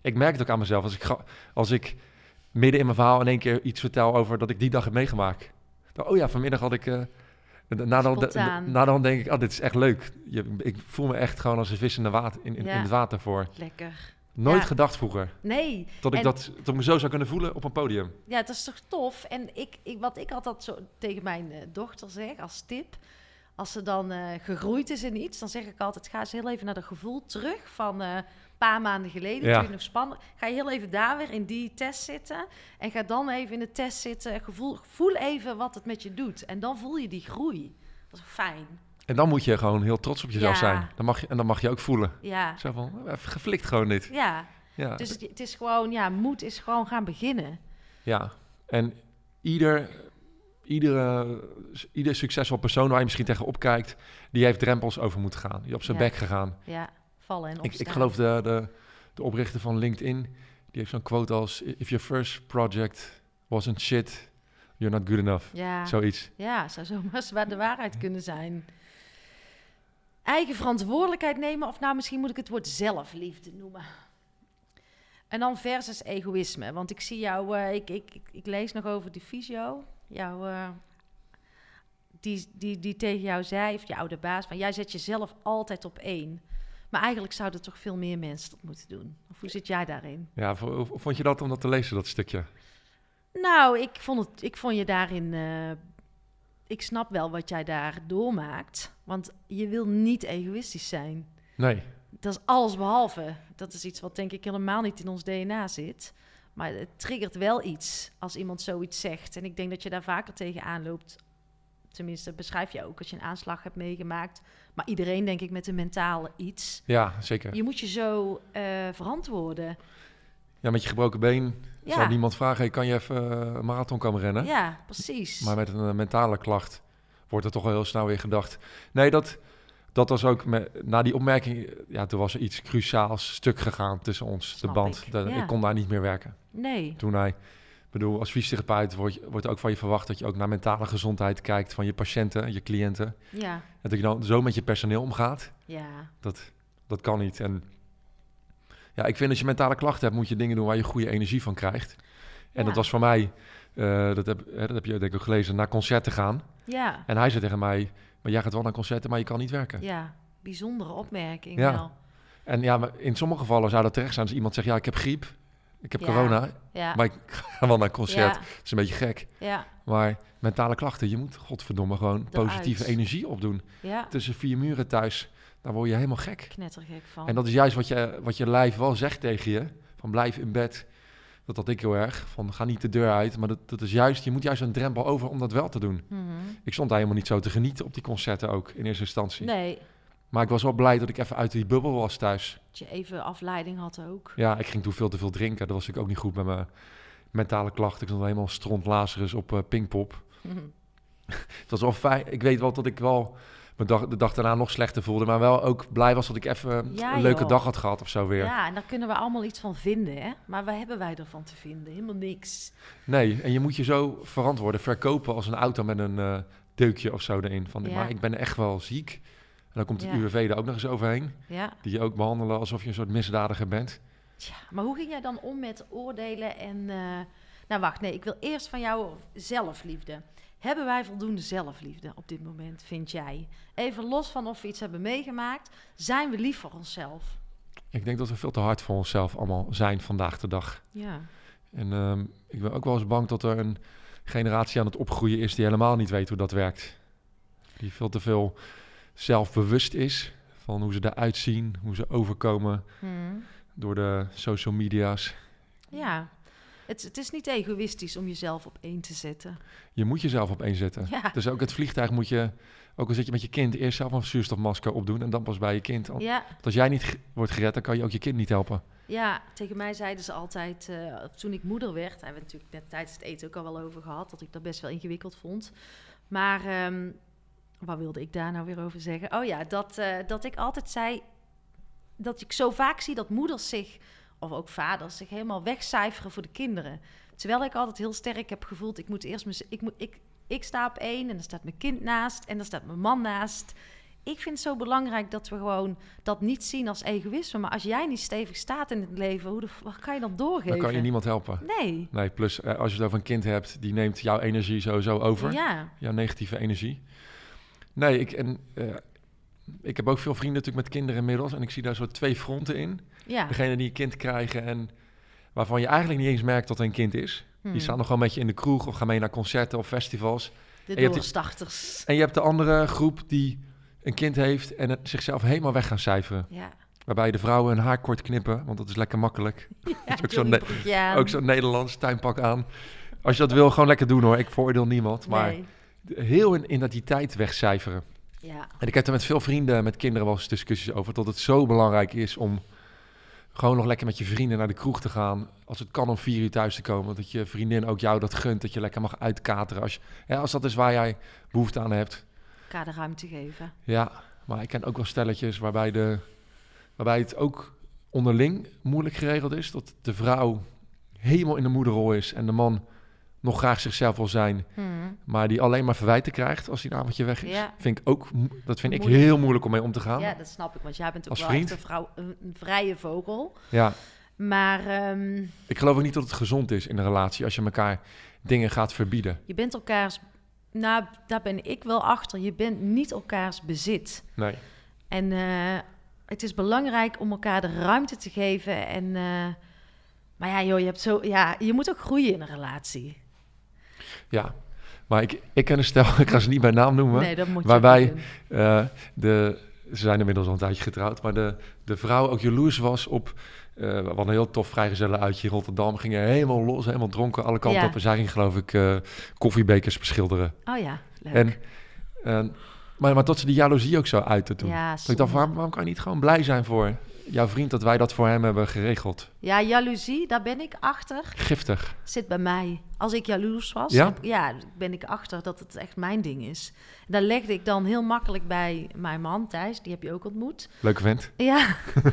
ik merk het ook aan mezelf. Als ik, ga, als ik midden in mijn verhaal in één keer iets vertel over dat ik die dag heb meegemaakt. Dan, oh ja, vanmiddag had ik... Uh, na, dan, de, na dan denk ik, oh, dit is echt leuk. Je, ik voel me echt gewoon als een vis in, de water, in, in, ja. in het water voor. Lekker. Nooit ja. gedacht vroeger. Nee. Dat ik, en, dat, dat ik me zo zou kunnen voelen op een podium. Ja, dat is toch tof. En ik, ik, wat ik altijd zo tegen mijn uh, dochter zeg als tip... Als ze dan uh, gegroeid is in iets, dan zeg ik altijd... ga eens heel even naar dat gevoel terug van uh, een paar maanden geleden. Ja. Toen je nog spannend... Ga je heel even daar weer in die test zitten. En ga dan even in de test zitten. Gevoel, voel even wat het met je doet. En dan voel je die groei. Dat is fijn. En dan moet je gewoon heel trots op jezelf ja. zijn. Dan mag je, en dan mag je ook voelen. Ja. Zo van, even geflikt gewoon dit. Ja. ja. Dus het, het is gewoon... Ja, moed is gewoon gaan beginnen. Ja. En ieder... Iedere, ieder succesvol persoon waar je misschien tegenop kijkt, die heeft drempels over moeten gaan. Die op zijn ja. bek gegaan. Ja, vallen en opstaan. Ik, ik geloof de, de, de oprichter van LinkedIn, die heeft zo'n quote als... If your first project wasn't shit, you're not good enough. Ja. Zoiets. Ja, zou zomaar de waarheid kunnen zijn. Eigen verantwoordelijkheid nemen, of nou misschien moet ik het woord zelfliefde noemen. En dan versus egoïsme. Want ik zie jou, uh, ik, ik, ik, ik lees nog over die fysio... Jou, uh, die, die, die tegen jou zei, of je oude baas, van jij zet jezelf altijd op één. Maar eigenlijk zouden toch veel meer mensen dat moeten doen. Of hoe zit jij daarin? Ja, hoe vond je dat om dat te lezen, dat stukje? Nou, ik vond, het, ik vond je daarin... Uh, ik snap wel wat jij daar doormaakt. Want je wil niet egoïstisch zijn. Nee. Dat is alles behalve. Dat is iets wat denk ik helemaal niet in ons D N A zit. Maar het triggert wel iets als iemand zoiets zegt. En ik denk dat je daar vaker tegenaan loopt. Tenminste, beschrijf je ook als je een aanslag hebt meegemaakt. Maar iedereen, denk ik, met een mentale iets. Ja, zeker. Je moet je zo uh, verantwoorden. Ja, met je gebroken been ja. zou niemand vragen... Hey, kan je even een marathon komen rennen? Ja, precies. Maar met een uh, mentale klacht wordt er toch wel heel snel weer gedacht... Nee, dat... Dat was ook, met, na die opmerking, ja, toen was er iets cruciaals stuk gegaan tussen ons, Snap de band. Ik. Dat, ja. ik kon daar niet meer werken. Nee. Toen hij, bedoel, als fysiotherapeut wordt, wordt ook van je verwacht dat je ook naar mentale gezondheid kijkt van je patiënten, je cliënten. Ja. En dat je dan zo met je personeel omgaat. Ja. Dat, dat kan niet. En ja, ik vind als je mentale klachten hebt, moet je dingen doen waar je goede energie van krijgt. En ja. dat was voor mij, uh, dat, heb, hè, dat heb je denk ik ook gelezen, naar concerten gaan. Ja. En hij zei tegen mij... Maar jij gaat wel naar concerten, maar je kan niet werken. Ja, bijzondere opmerking ja. wel. En ja, maar in sommige gevallen zou dat terecht zijn. Als iemand zegt, ja, ik heb griep, ik heb ja. corona, ja. maar ik ga wel naar een concert. Ja. Dat is een beetje gek. Ja. Maar mentale klachten, je moet godverdomme gewoon Eruit. positieve energie opdoen. Ja. Tussen vier muren thuis, daar word je helemaal gek. Knettergek van. En dat is juist wat je, wat je lijf wel zegt tegen je. Van blijf in bed. Dat had ik heel erg. Van ga niet de deur uit. Maar dat, dat is juist, je moet juist een drempel over om dat wel te doen. Mm-hmm. Ik stond daar helemaal niet zo te genieten op die concerten ook in eerste instantie. Nee. Maar ik was wel blij dat ik even uit die bubbel was thuis. Dat je even afleiding had ook. Ja, ik ging toen veel te veel drinken. Dat was ik ook niet goed met mijn mentale klachten. Ik stond helemaal stront Lazarus op uh, Pinkpop. Mm-hmm. Het was wel fijn. Ik weet wel dat ik wel mijn dag, de dag daarna nog slechter voelde. Maar wel ook blij was dat ik even ja, een leuke joh. dag had gehad of zo weer. Ja, en daar kunnen we allemaal iets van vinden, hè? Maar wat hebben wij ervan te vinden? Helemaal niks. Nee, en je moet je zo verantwoorden. Verkopen als een auto met een uh, deukje of zo erin. Van, Ja. maar ik ben echt wel ziek. En dan komt het Ja. U W V er ook nog eens overheen. Ja. Die je ook behandelen alsof je een soort misdadiger bent. Tja, maar hoe ging jij dan om met oordelen en... Uh... Nou, wacht, nee, ik wil eerst van jou zelfliefde. Hebben wij voldoende zelfliefde op dit moment, vind jij? Even los van of we iets hebben meegemaakt, zijn we lief voor onszelf? Ik denk dat we veel te hard voor onszelf allemaal zijn vandaag de dag. Ja. En um, ik ben ook wel eens bang dat er een generatie aan het opgroeien is die helemaal niet weet hoe dat werkt. Die veel te veel zelfbewust is van hoe ze eruit zien, hoe ze overkomen Hmm. door de social media's. Ja, het, het is niet egoïstisch om jezelf op één te zetten. Je moet jezelf op één zetten. Ja. Dus ook het vliegtuig moet je, ook al zit je met je kind, eerst zelf een zuurstofmasker opdoen en dan pas bij je kind. Want Ja. als jij niet g- wordt gered, dan kan je ook je kind niet helpen. Ja, tegen mij zeiden ze altijd, uh, toen ik moeder werd, daar hebben we natuurlijk net tijdens het eten ook al wel over gehad, dat ik dat best wel ingewikkeld vond. Maar um, wat wilde ik daar nou weer over zeggen? Oh ja, dat, uh, dat ik altijd zei, dat ik zo vaak zie dat moeders zich, of ook vaders, zich helemaal wegcijferen voor de kinderen. Terwijl ik altijd heel sterk heb gevoeld, ik moet eerst, mez- ik, moet, ik, ik sta op één en dan staat mijn kind naast en dan staat mijn man naast. ik vind het zo belangrijk dat we gewoon dat niet zien als egoïsme. Maar als jij niet stevig staat in het leven, hoe de, wat kan je dan doorgeven? Dan kan je niemand helpen. Nee. Nee, plus uh, als je het over een kind hebt, die neemt jouw energie sowieso over. Ja. Jouw negatieve energie. Nee, ik, en, uh, ik heb ook veel vrienden natuurlijk met kinderen inmiddels. En ik zie daar zo twee fronten in. Ja. Degene die een kind krijgen en waarvan je eigenlijk niet eens merkt dat er een kind is. Hmm. Die staan nog gewoon een beetje in de kroeg of gaan mee naar concerten of festivals. De en je doorstarters. Die, en je hebt de andere groep die een kind heeft en het zichzelf helemaal weg gaan cijferen. Ja. Waarbij de vrouwen hun haar kort knippen, want dat is lekker makkelijk. Ja, dat is ook zo'n ne- ook zo'n Nederlands tuinpak aan. Als je dat wil, gewoon lekker doen hoor. Ik veroordeel niemand. Maar nee. heel in identiteit wegcijferen. Ja. En ik heb er met veel vrienden, met kinderen wel eens discussies over, dat het zo belangrijk is om gewoon nog lekker met je vrienden naar de kroeg te gaan. Als het kan om vier uur thuis te komen. Dat je vriendin ook jou dat gunt, dat je lekker mag uitkateren. Als, je, ja, als dat is waar jij behoefte aan hebt. Elkaar de ruimte geven. Ja, maar ik ken ook wel stelletjes waarbij, de, waarbij het ook onderling moeilijk geregeld is. Dat de vrouw helemaal in de moederrol is en de man nog graag zichzelf wil zijn. Hmm. Maar die alleen maar verwijten krijgt als hij een avondje weg is. Ja. Vind ik ook, dat vind Moeilijk. ik heel moeilijk om mee om te gaan. Ja, dat snap ik. Want jij bent ook Als wel vriend? echt een, vrouw, een, een vrije vogel. Ja. Maar ehm, Ik geloof ook niet dat het gezond is in een relatie als je elkaar dingen gaat verbieden. je bent elkaars... Nou, daar ben ik wel achter. Je bent niet elkaars bezit. Nee. En uh, het is belangrijk om elkaar de ruimte te geven. En, uh, maar ja, joh, je, hebt zo, ja, je moet ook groeien in een relatie. Ja, maar ik, ik ken een stel, ik ga ze niet bij naam noemen. Nee, dat moet je waarbij niet doen. uh, de, ze zijn inmiddels al een tijdje getrouwd, maar de, de vrouw ook jaloers was op... Uh, we hadden een heel tof vrijgezellen uitje in Rotterdam. Gingen helemaal los, helemaal dronken, alle kanten Ja. op. En zij ging geloof ik uh, koffiebekers beschilderen. Oh ja, leuk. En, uh, maar, maar tot ze die jaloezie ook zo uiten toen. Ja, dus ik dacht, waarom, waarom kan je niet gewoon blij zijn voor jouw vriend dat wij dat voor hem hebben geregeld? Ja, jaloezie, daar ben ik achter. Giftig. Zit bij mij. Als ik jaloers was, Ja? heb, ja, ben ik achter dat het echt mijn ding is. Daar legde ik dan heel makkelijk bij mijn man Thijs, die heb je ook ontmoet. Leuke vent. Ja,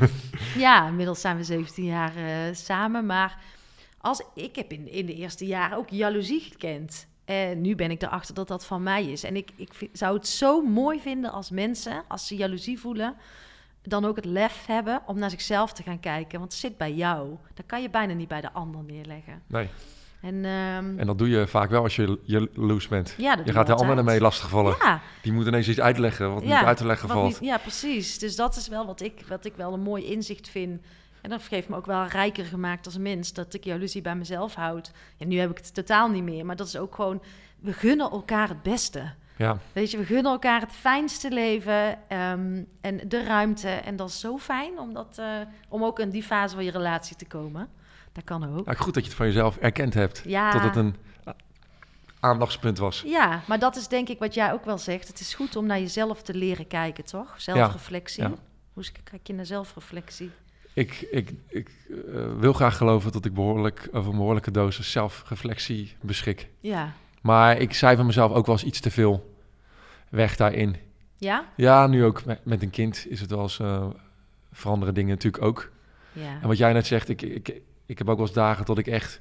ja, inmiddels zijn we zeventien jaar uh, samen. Maar als, ik heb in, in de eerste jaren ook jaloezie gekend. En nu ben ik erachter dat dat van mij is. En ik, ik vind, zou het zo mooi vinden als mensen, als ze jaloezie voelen, dan ook het lef hebben om naar zichzelf te gaan kijken. Want het zit bij jou. Dat kan je bijna niet bij de ander neerleggen. Nee. En, um, En dat doe je vaak wel als je jaloers bent. ja, dat je gaat de anderen mee lastigvallen. Ja. Die moeten ineens iets uitleggen wat Ja, niet uit te leggen wat valt. Niet, ja, precies. Dus dat is wel wat ik, wat ik wel een mooi inzicht vind. En dat heeft me ook wel rijker gemaakt als mens. Dat ik jaloezie bij mezelf houd. En nu heb ik het totaal niet meer. Maar dat is ook gewoon... We gunnen elkaar het beste. Ja. Weet je, we gunnen elkaar het fijnste leven. Um, en de ruimte. En dat is zo fijn om, dat, uh, om ook in die fase van je relatie te komen. Dat kan ook. Nou, goed dat je het van jezelf erkend hebt. Ja. Dat het een aandachtspunt was. Ja, maar dat is denk ik wat jij ook wel zegt. Het is goed om naar jezelf te leren kijken, toch? Zelfreflectie. Ja. Ja. Hoe kijk je naar zelfreflectie? Ik, ik, ik uh, wil graag geloven dat ik behoorlijk, over een behoorlijke dosis zelfreflectie beschik. Ja. Maar ik cijfer mezelf ook wel eens iets te veel weg daarin. Ja? Ja, nu ook met, met een kind is het wel eens uh, veranderen dingen natuurlijk ook. Ja. En wat jij net zegt, ik, ik, ik heb ook wel eens dagen dat ik echt...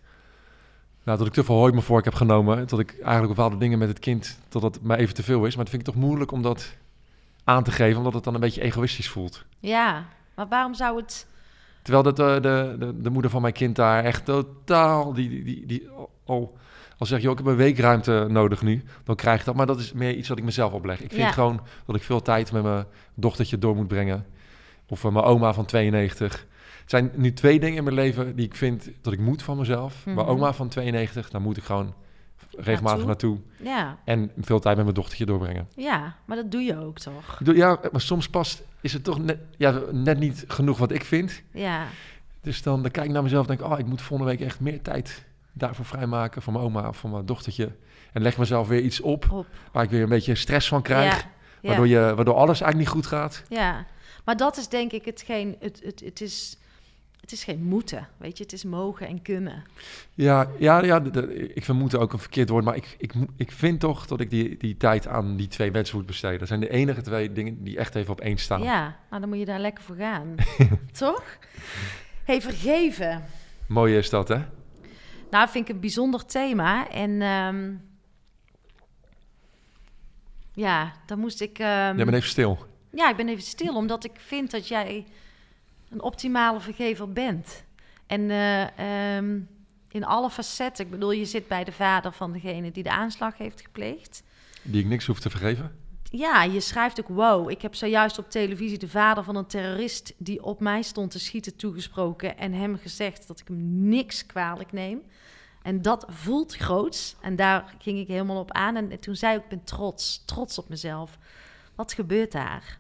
Nou, dat ik te veel hooi me voor ik heb genomen. Dat ik eigenlijk bepaalde dingen met het kind, dat dat mij even te veel is. Maar dat vind ik toch moeilijk om dat aan te geven, omdat het dan een beetje egoïstisch voelt. Ja, maar waarom zou het... Terwijl dat, uh, de, de, de moeder van mijn kind daar echt totaal... Die, die, die, die al, al zeg je, ik heb een week ruimte nodig nu, dan krijg ik dat. Maar dat is meer iets wat ik mezelf opleg. Ik vind Ja. gewoon dat ik veel tijd met mijn dochtertje door moet brengen. Of uh, mijn oma van tweeënnegentig. Het zijn nu twee dingen in mijn leven die ik vind dat ik moet van mezelf. Mhm. Mijn oma van tweeënnegentig, daar moet ik gewoon regelmatig naartoe. Ja, En veel tijd met mijn dochtertje doorbrengen. ja, maar dat doe je ook toch? Ik bedoel, ja, maar soms past, is het toch net, ja, net niet genoeg wat ik vind. Ja, Dus dan, dan kijk ik naar mezelf en denk oh, ik moet volgende week echt meer tijd daarvoor vrijmaken. Voor mijn oma of voor mijn dochtertje. En leg mezelf weer iets op, op. waar ik weer een beetje stress van krijg. Ja, ja. Waardoor, je, waardoor alles eigenlijk niet goed gaat. Ja, maar dat is denk ik hetgeen... Het, het, het, is, het is geen moeten, weet je. Het is mogen en kunnen. Ja, ja, ja de, de, ik vind moeten ook een verkeerd woord. Maar ik, ik, ik vind toch dat ik die, die tijd aan die twee wensen moet besteden. Dat zijn de enige twee dingen die echt even op één staan. Ja, nou dan moet je daar lekker voor gaan. Toch? Hey, vergeven. Mooi is dat, hè? Nou, vind ik een bijzonder thema. En um, ja, dan moest ik... Um, Jij bent even stil. Ja, ik ben even stil, omdat ik vind dat jij een optimale vergever bent. En uh, um, in alle facetten. Ik bedoel, je zit bij de vader van degene die de aanslag heeft gepleegd. Die ik niks hoef te vergeven? Ja, je schrijft ook, wow, ik heb zojuist op televisie de vader van een terrorist die op mij stond te schieten toegesproken en hem gezegd dat ik hem niks kwalijk neem. En dat voelt groots. En daar ging ik helemaal op aan. En toen zei ik, ik ben trots, trots op mezelf. Wat gebeurt daar?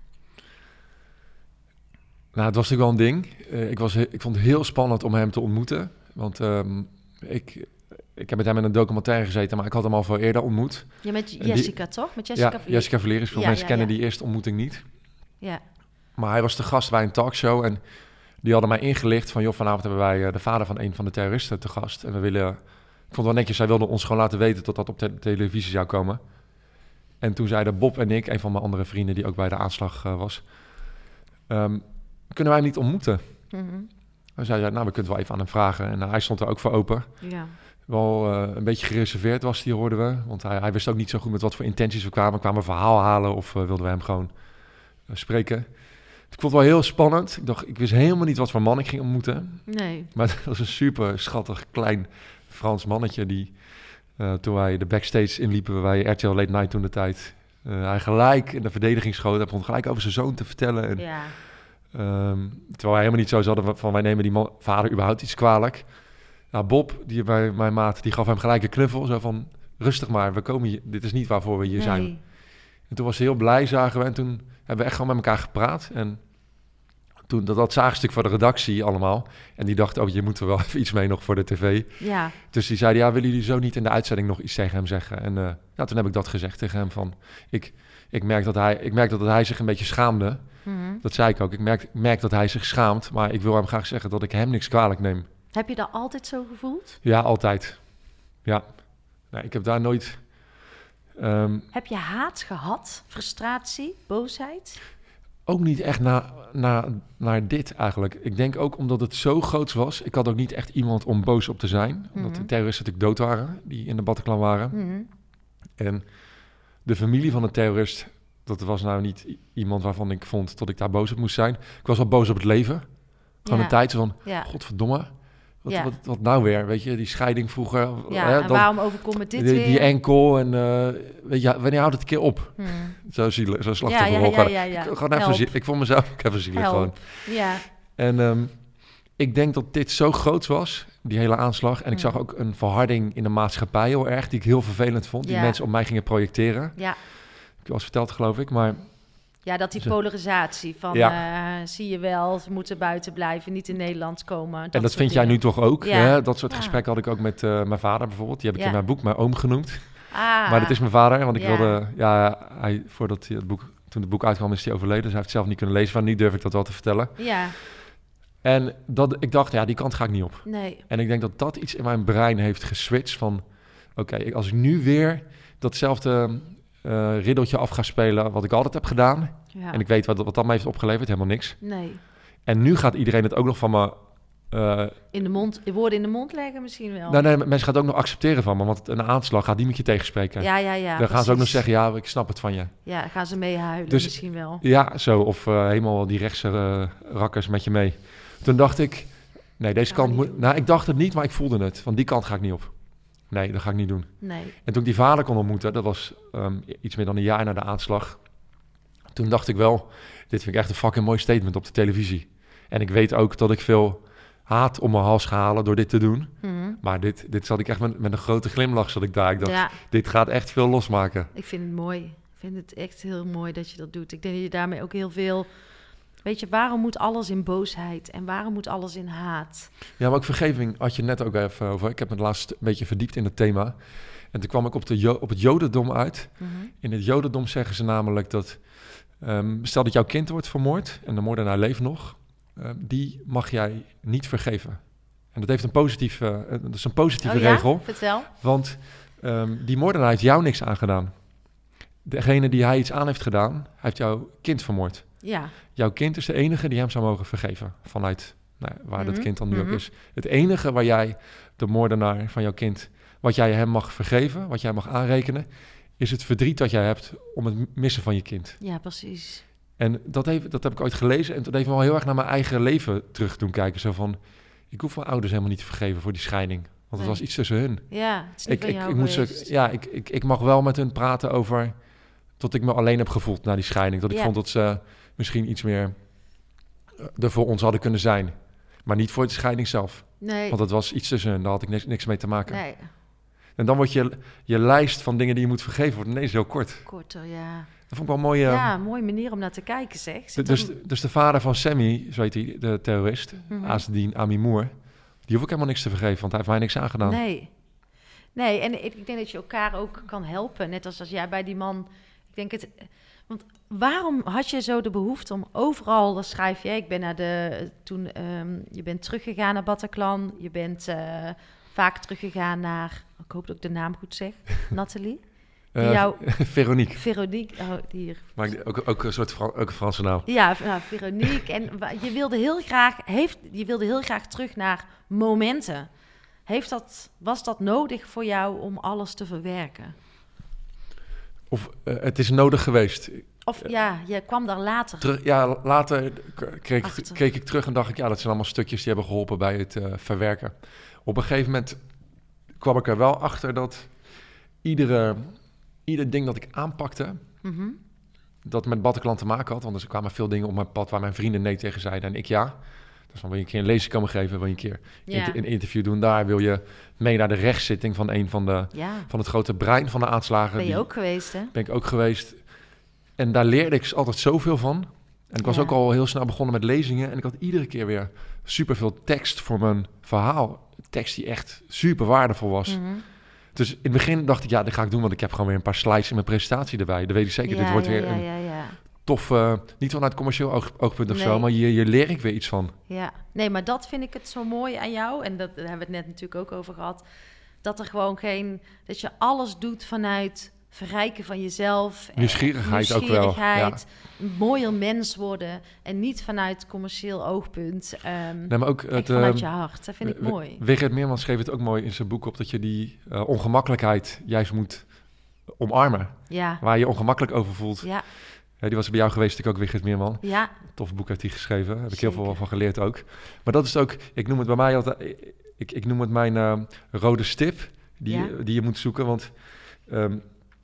Nou, het was natuurlijk wel een ding. Uh, ik, was he- ik vond het heel spannend om hem te ontmoeten. Want um, ik, ik heb met hem in een documentaire gezeten, maar ik had hem al veel eerder ontmoet. Ja, met Jessica, die, toch? Met Jessica ja, Jessica Valeris. Veel ja, mensen ja, kennen ja. die eerste ontmoeting niet. Ja. Maar hij was de gast bij een talkshow en die hadden mij ingelicht van, joh, vanavond hebben wij uh, de vader van een van de terroristen te gast. En we willen, ik vond het wel netjes, zij wilden ons gewoon laten weten dat dat op te- televisie zou komen. En toen zeiden Bob en ik, een van mijn andere vrienden die ook bij de aanslag uh, was, um, kunnen wij hem niet ontmoeten? Mm-hmm. We zeiden, nou, we kunnen wel even aan hem vragen. En uh, hij stond er ook voor open. Ja. Wel uh, een beetje gereserveerd was die, hoorden we. Want hij, hij wist ook niet zo goed met wat voor intenties we kwamen. We kwamen een verhaal halen of uh, wilden we hem gewoon uh, spreken. Ik vond het wel heel spannend. Ik dacht, ik wist helemaal niet wat voor man ik ging ontmoeten. Nee. Maar het was een super schattig, klein Frans mannetje die, uh, toen wij de backstage inliepen bij R T L Late Night toen de tijd, uh, hij gelijk in de verdediging schoot. Hij begon gelijk over zijn zoon te vertellen. En, ja. um, terwijl wij helemaal niet zo hadden van, wij nemen die man, vader überhaupt iets kwalijk. Nou, Bob, die bij mijn maat, die gaf hem gelijk een knuffel. Zo van, rustig maar, we komen hier, dit is niet waarvoor we hier nee. zijn. En toen was hij heel blij, zagen we. En toen hebben we echt gewoon met elkaar gepraat. En toen, dat, dat zagen een stuk voor de redactie allemaal. En die dachten, oh, je moet er wel even iets mee nog voor de tv. Ja. Dus die zeiden, ja, willen jullie zo niet in de uitzending nog iets tegen hem zeggen? En uh, nou, toen heb ik dat gezegd tegen hem van, ik, ik merk dat hij, ik merk dat hij zich een beetje schaamde. Mm-hmm. Dat zei ik ook. Ik merk, ik merk dat hij zich schaamt, maar ik wil hem graag zeggen dat ik hem niks kwalijk neem. Heb je dat altijd zo gevoeld? Ja, altijd. Ja. Nee, ik heb daar nooit... Um, heb je haat gehad? Frustratie? Boosheid? Ook niet echt na, na, naar dit eigenlijk. Ik denk ook omdat het zo groot was. Ik had ook niet echt iemand om boos op te zijn. Mm-hmm. Omdat de terroristen natuurlijk dood waren, die in de Bataclan waren. Mm-hmm. En de familie van de terrorist, dat was nou niet i- iemand waarvan ik vond dat ik daar boos op moest zijn. Ik was wel boos op het leven. Gewoon ja. een tijd van, ja. godverdomme. Wat, ja. wat, wat nou weer, weet je, die scheiding vroeger. Ja, hè, en dan, waarom overkomt dit die, weer? Die enkel en uh, weet je, wanneer houdt het een keer op? Hmm. Zo zielig, zo slachtofferrol. Ja, ja, ja, ja, ja. Ik, gewoon even zie- ik vond mezelf ook even zielig gewoon. Ja. En um, ik denk dat dit zo groot was, die hele aanslag. En hmm. ik zag ook een verharding in de maatschappij heel erg, die ik heel vervelend vond. Die ja. mensen op mij gingen projecteren. Ja. Ik was verteld, geloof ik, maar... Ja, dat die polarisatie van, ja. uh, zie je wel, ze moeten buiten blijven, niet in Nederland komen. Dat en dat vind dingen. jij nu toch ook? Ja. Hè? Dat soort ja. gesprekken had ik ook met uh, mijn vader bijvoorbeeld. Die heb ik ja. in mijn boek mijn oom genoemd. Ah. Maar dat is mijn vader, want ik ja. wilde... Ja, hij, voordat hij het boek, toen het boek uitkwam is hij overleden, dus hij heeft het zelf niet kunnen lezen. Maar nu durf ik dat wel te vertellen. Ja. En dat, ik dacht, ja, die kant ga ik niet op. Nee. En ik denk dat dat iets in mijn brein heeft geswitcht van... Oké, okay, als ik nu weer datzelfde uh, riddeltje af ga spelen wat ik altijd heb gedaan... Ja. En ik weet wat, wat dat me heeft opgeleverd, helemaal niks. Nee. En nu gaat iedereen het ook nog van me... Uh, in de mond, woorden in de mond leggen misschien wel. Nou, nee, mensen gaan het ook nog accepteren van me, want een aanslag gaat die met je tegenspreken. Ja, ja, ja. Dan precies. gaan ze ook nog zeggen, ja, ik snap het van je. Ja, gaan ze meehuilen dus, misschien wel. Ja, zo. Of uh, helemaal die rechtse uh, rakkers met je mee. Toen dacht ik, nee, deze ja, kant moet... Nou, ik dacht het niet, maar ik voelde het. Van die kant ga ik niet op. Nee, dat ga ik niet doen. Nee. En toen ik die vader kon ontmoeten, dat was um, iets meer dan een jaar na de aanslag. Toen dacht ik wel, dit vind ik echt een fucking mooi statement op de televisie. En ik weet ook dat ik veel haat om mijn hals ga halen door dit te doen. Mm-hmm. Maar dit, dit zat ik echt met, met een grote glimlach zat ik daar. Ik dacht, ja. dit gaat echt veel losmaken. Ik vind het mooi. Ik vind het echt heel mooi dat je dat doet. Ik denk dat je daarmee ook heel veel... Weet je, waarom moet alles in boosheid? En waarom moet alles in haat? Ja, maar ook vergeving had je net ook even over. Ik heb me laatst een beetje verdiept in het thema. En toen kwam ik op, de jo- op het jodendom uit. Mm-hmm. In het jodendom zeggen ze namelijk dat... Um, stel dat jouw kind wordt vermoord en de moordenaar leeft nog, uh, die mag jij niet vergeven. En dat heeft een positieve, uh, dat is een positieve oh, ja? regel. Vertel. Want um, die moordenaar heeft jou niks aangedaan. Degene die hij iets aan heeft gedaan, hij heeft jouw kind vermoord. Ja. Jouw kind is de enige die hem zou mogen vergeven, vanuit nou, waar mm-hmm. dat kind dan nu mm-hmm. ook is. Het enige waar jij, de moordenaar van jouw kind, wat jij hem mag vergeven, wat jij mag aanrekenen, is het verdriet dat jij hebt om het missen van je kind. Ja, precies. En dat, heeft, dat heb ik ooit gelezen. En dat heeft me wel heel erg naar mijn eigen leven terug doen kijken. Zo van, ik hoef mijn ouders helemaal niet te vergeven voor die scheiding. Want het Nee. was iets tussen hun. Ja, het is niet Ik, van ik, jou ik, moet ze, geweest. ja, ik, ik, ik mag wel met hun praten over... tot ik me alleen heb gevoeld na die scheiding. Dat ik Ja. vond dat ze misschien iets meer eh, er voor ons hadden kunnen zijn. Maar niet voor de scheiding zelf. Nee, Want het was iets tussen hun. Daar had ik niks, niks mee te maken. nee, En dan wordt je, je lijst van dingen die je moet vergeven... wordt ineens heel kort. korter, ja. Dat vond ik wel mooi. eh, Ja, een mooie manier om naar te kijken, zeg. de- Zit dus, dan- dus de vader van Sammy, zo heet hij, de terrorist... Mhm. Azdin Amimour... die hoef ik helemaal niks te vergeven... want hij heeft mij niks aangedaan. Nee. Nee, en ik, ik denk dat je elkaar ook kan helpen. Net als als jij bij die man... Ik denk het... Want waarom had je zo de behoefte om overal... Dan schrijf je, ik ben naar de... Toen, ehm, je bent teruggegaan naar Bataclan. Je bent eh, vaak teruggegaan naar... Ik hoop dat ik de naam goed zeg. Nathalie? Die Eh, jou... Veronique. Veronique. Oh, hier. Maar ik- ook, ook een soort Fran- ook een Franse naam. Ja, v- nou, Veronique. En wa- je wilde heel graag, heeft, je wilde heel graag terug naar momenten. Heeft dat, was dat nodig voor jou om alles te verwerken? Of eh, het is nodig geweest. Of ja, je kwam daar later. Terug, ja, later k- kreeg, ik- Achter. keek ik terug en dacht ik... ja, dat zijn allemaal stukjes die hebben geholpen bij het eh, verwerken. Op een gegeven moment kwam ik er wel achter dat... iedere, ieder ding dat ik aanpakte... Mhm. dat met Bataclan te maken had. Want er kwamen veel dingen op mijn pad waar mijn vrienden nee tegen zeiden en ik ja. Dus dan wil je een keer een lezing komen geven, wil je een keer Ja. inter- een interview doen daar. Wil je mee naar de rechtszitting van een van, de, Ja, van het grote brein van de aanslagen. ben je Die ook geweest, hè? Ben ik ook geweest. En daar leerde ik altijd zoveel van. En ik was Ja. ook al heel snel begonnen met lezingen. En ik had iedere keer weer superveel tekst voor mijn verhaal. Tekst die echt super waardevol was. Mhm. Dus in het begin dacht ik, ja, dit ga ik doen. Want ik heb gewoon weer een paar slides in mijn presentatie erbij. Dan weet ik zeker, Ja, dit wordt ja, weer ja, een ja, ja. tof, eh, niet vanuit commercieel oog, oogpunt of zo, Nee. maar hier, hier leer ik weer iets van. Ja, nee, maar dat vind ik het zo mooi aan jou. En dat, daar hebben we het net natuurlijk ook over gehad. Dat er gewoon geen... Dat je alles doet vanuit verrijken van jezelf. en Nieuwsgierigheid ook wel, nieuwsgierigheid, een mooier mens worden. En niet vanuit commercieel oogpunt. ehm Nee, maar ook echt het, vanuit eh, je hart. Dat vind ik W- mooi. Wigert Meerman schreef het ook mooi in zijn boek op, dat je die eh, ongemakkelijkheid juist moet omarmen. Ja, Waar je je ongemakkelijk over voelt. ja, Ja, die was bij jou geweest, ik ook, Wigert Meerman. ja. Tof boek heeft hij geschreven, daar heb ik heel veel Zeker. van geleerd ook. Maar dat is ook, ik noem het bij mij altijd, ik, ik noem het mijn eh, rode stip die, Ja. je- die je moet zoeken. Want ehm,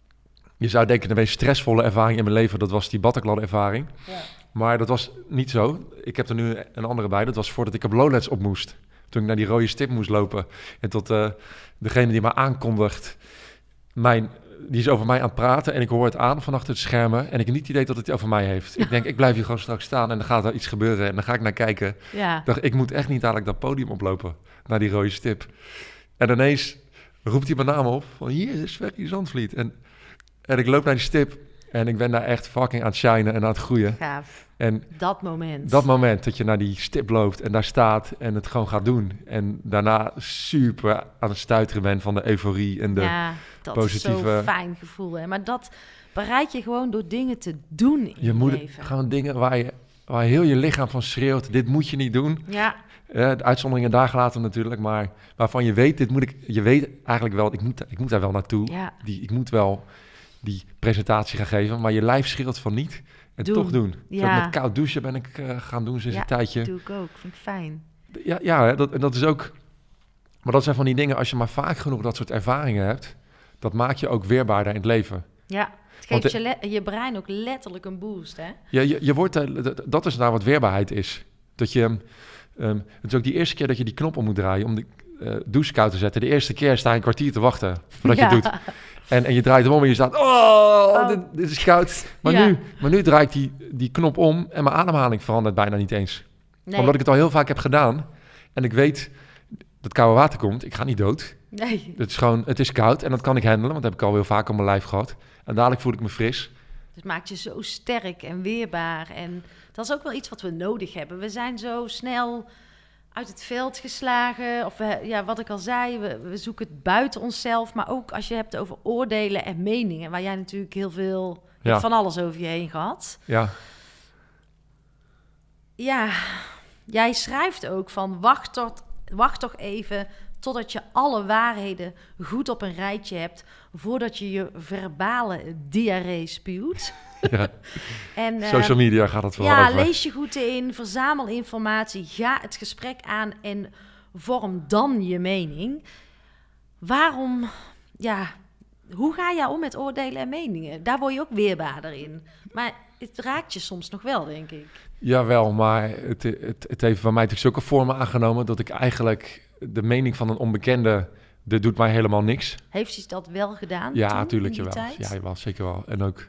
je zou denken, de meest stressvolle ervaring in mijn leven, dat was die Bataclan-ervaring. Ja. Maar dat was niet zo. Ik heb er nu een andere bij. Dat was voordat ik op Lowlands op moest. Toen ik naar die rode stip moest lopen. En tot eh, degene die me aankondigt, mijn, die is over mij aan het praten. En ik hoor het aan van achter het schermen. En ik heb niet het idee dat het over mij heeft. Ik denk, ik blijf hier gewoon straks staan en dan gaat er iets gebeuren. En dan ga ik naar kijken. Ja. Ik dacht, ik moet echt niet dadelijk dat podium oplopen. Naar die rode stip. En ineens roept hij mijn naam op. Van hier is Ferry Zandvliet. En, en ik loop naar die stip. En ik ben daar echt fucking aan het shinen en aan het groeien. Gaaf. En Dat moment. dat moment dat je naar die stip loopt en daar staat en het gewoon gaat doen. En daarna super aan het stuiteren bent van de euforie en de... ja, dat is positieve- zo'n fijn gevoel. Hè? Maar dat bereid je gewoon door dingen te doen in je, je moet leven. gewoon dingen waar, je, waar heel je lichaam van schreeuwt, dit moet je niet doen. Ja, Eh, de uitzonderingen daar gelaten natuurlijk, maar waarvan je weet, dit moet ik, je weet eigenlijk wel, ik moet, ik moet daar wel naartoe. ja. Die, ik moet wel die presentatie gaan geven, maar je lijf schreeuwt van niet en Doen. toch doen. Zo Ja. met koud douchen ben ik eh, gaan doen sinds Ja, een tijdje. doe ik ook. Vind ik fijn. Ja, ja hè, dat, dat is ook... Maar dat zijn van die dingen, als je maar vaak genoeg dat soort ervaringen hebt, dat maakt je ook weerbaarder in het leven. Ja, het Want geeft je, le- je brein ook letterlijk een boost, hè? Je, je, je wordt, eh, d- dat is nou wat weerbaarheid is. Dat je, ehm, het is ook die eerste keer dat je die knop om moet draaien om de eh douche koud te zetten. De eerste keer sta je een kwartier te wachten voordat je Ja. het doet. En, en je draait hem om en je staat, oh, Oh. Dit, dit is koud. Maar, Ja. nu, maar nu draai ik die, die knop om en mijn ademhaling verandert bijna niet eens. Nee, Omdat ik het al heel vaak heb gedaan. En ik weet dat koude water komt. Ik ga niet dood. nee. Het is gewoon, het is koud en dat kan ik handelen, want dat heb ik al heel vaak op mijn lijf gehad. En dadelijk voel ik me fris. Het maakt je zo sterk en weerbaar. En dat is ook wel iets wat we nodig hebben. We zijn zo snel uit het veld geslagen. Of we, ja, wat ik al zei, we, we zoeken het buiten onszelf. Maar ook als je hebt over oordelen en meningen, waar jij natuurlijk heel veel, je Ja. hebt van alles over je heen gehad. Ja, Ja, jij schrijft ook van wacht, tot, wacht toch even totdat je alle waarheden goed op een rijtje hebt, voordat je je verbale diarree spuwt. Ja. En, uh, Social media gaat het vooral ja, over. lees je goed in, verzamel informatie, ga het gesprek aan en vorm dan je mening. Waarom, ja, hoe ga jij om met oordelen en meningen? Daar word je ook weerbaarder in. Maar het raakt je soms nog wel, denk ik. Jawel, maar het, het, het heeft bij mij natuurlijk zulke vormen aangenomen dat ik eigenlijk de mening van een onbekende, dat doet mij helemaal niks. Heeft hij dat wel gedaan? Ja, toen, natuurlijk in die jawel. tijd? Ja, jawel, zeker wel. En ook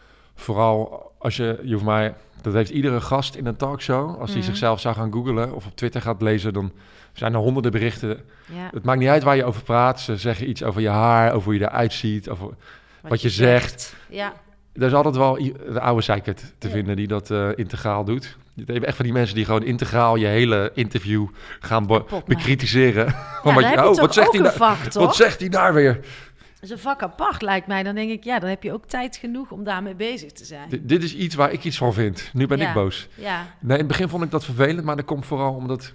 vooral als je, je hoeft mij, dat heeft iedere gast in een talkshow, als hij Mhm. zichzelf zou gaan googlen of op Twitter gaat lezen, dan zijn er honderden berichten. Ja, Het maakt niet uit waar je over praat. Ze zeggen iets over je haar, over hoe je eruit ziet, over wat je zegt. Ja, Er is altijd wel i- de oude zeikert te Ja. vinden die dat eh, integraal doet. Je hebt echt van die mensen die gewoon integraal je hele interview gaan be- kapot maken. bekritiseren. Ja, Omdat dan je, heb je oh, toch wat zegt ook hij een nou? vak, toch? Wat zegt hij daar weer? Dat is een vak apart, lijkt mij. Dan denk ik, ja, dan heb je ook tijd genoeg om daarmee bezig te zijn. D- dit is iets waar ik iets van vind. Nu ben Ja. ik boos. Ja, Nee, in het begin vond ik dat vervelend, maar dat komt vooral omdat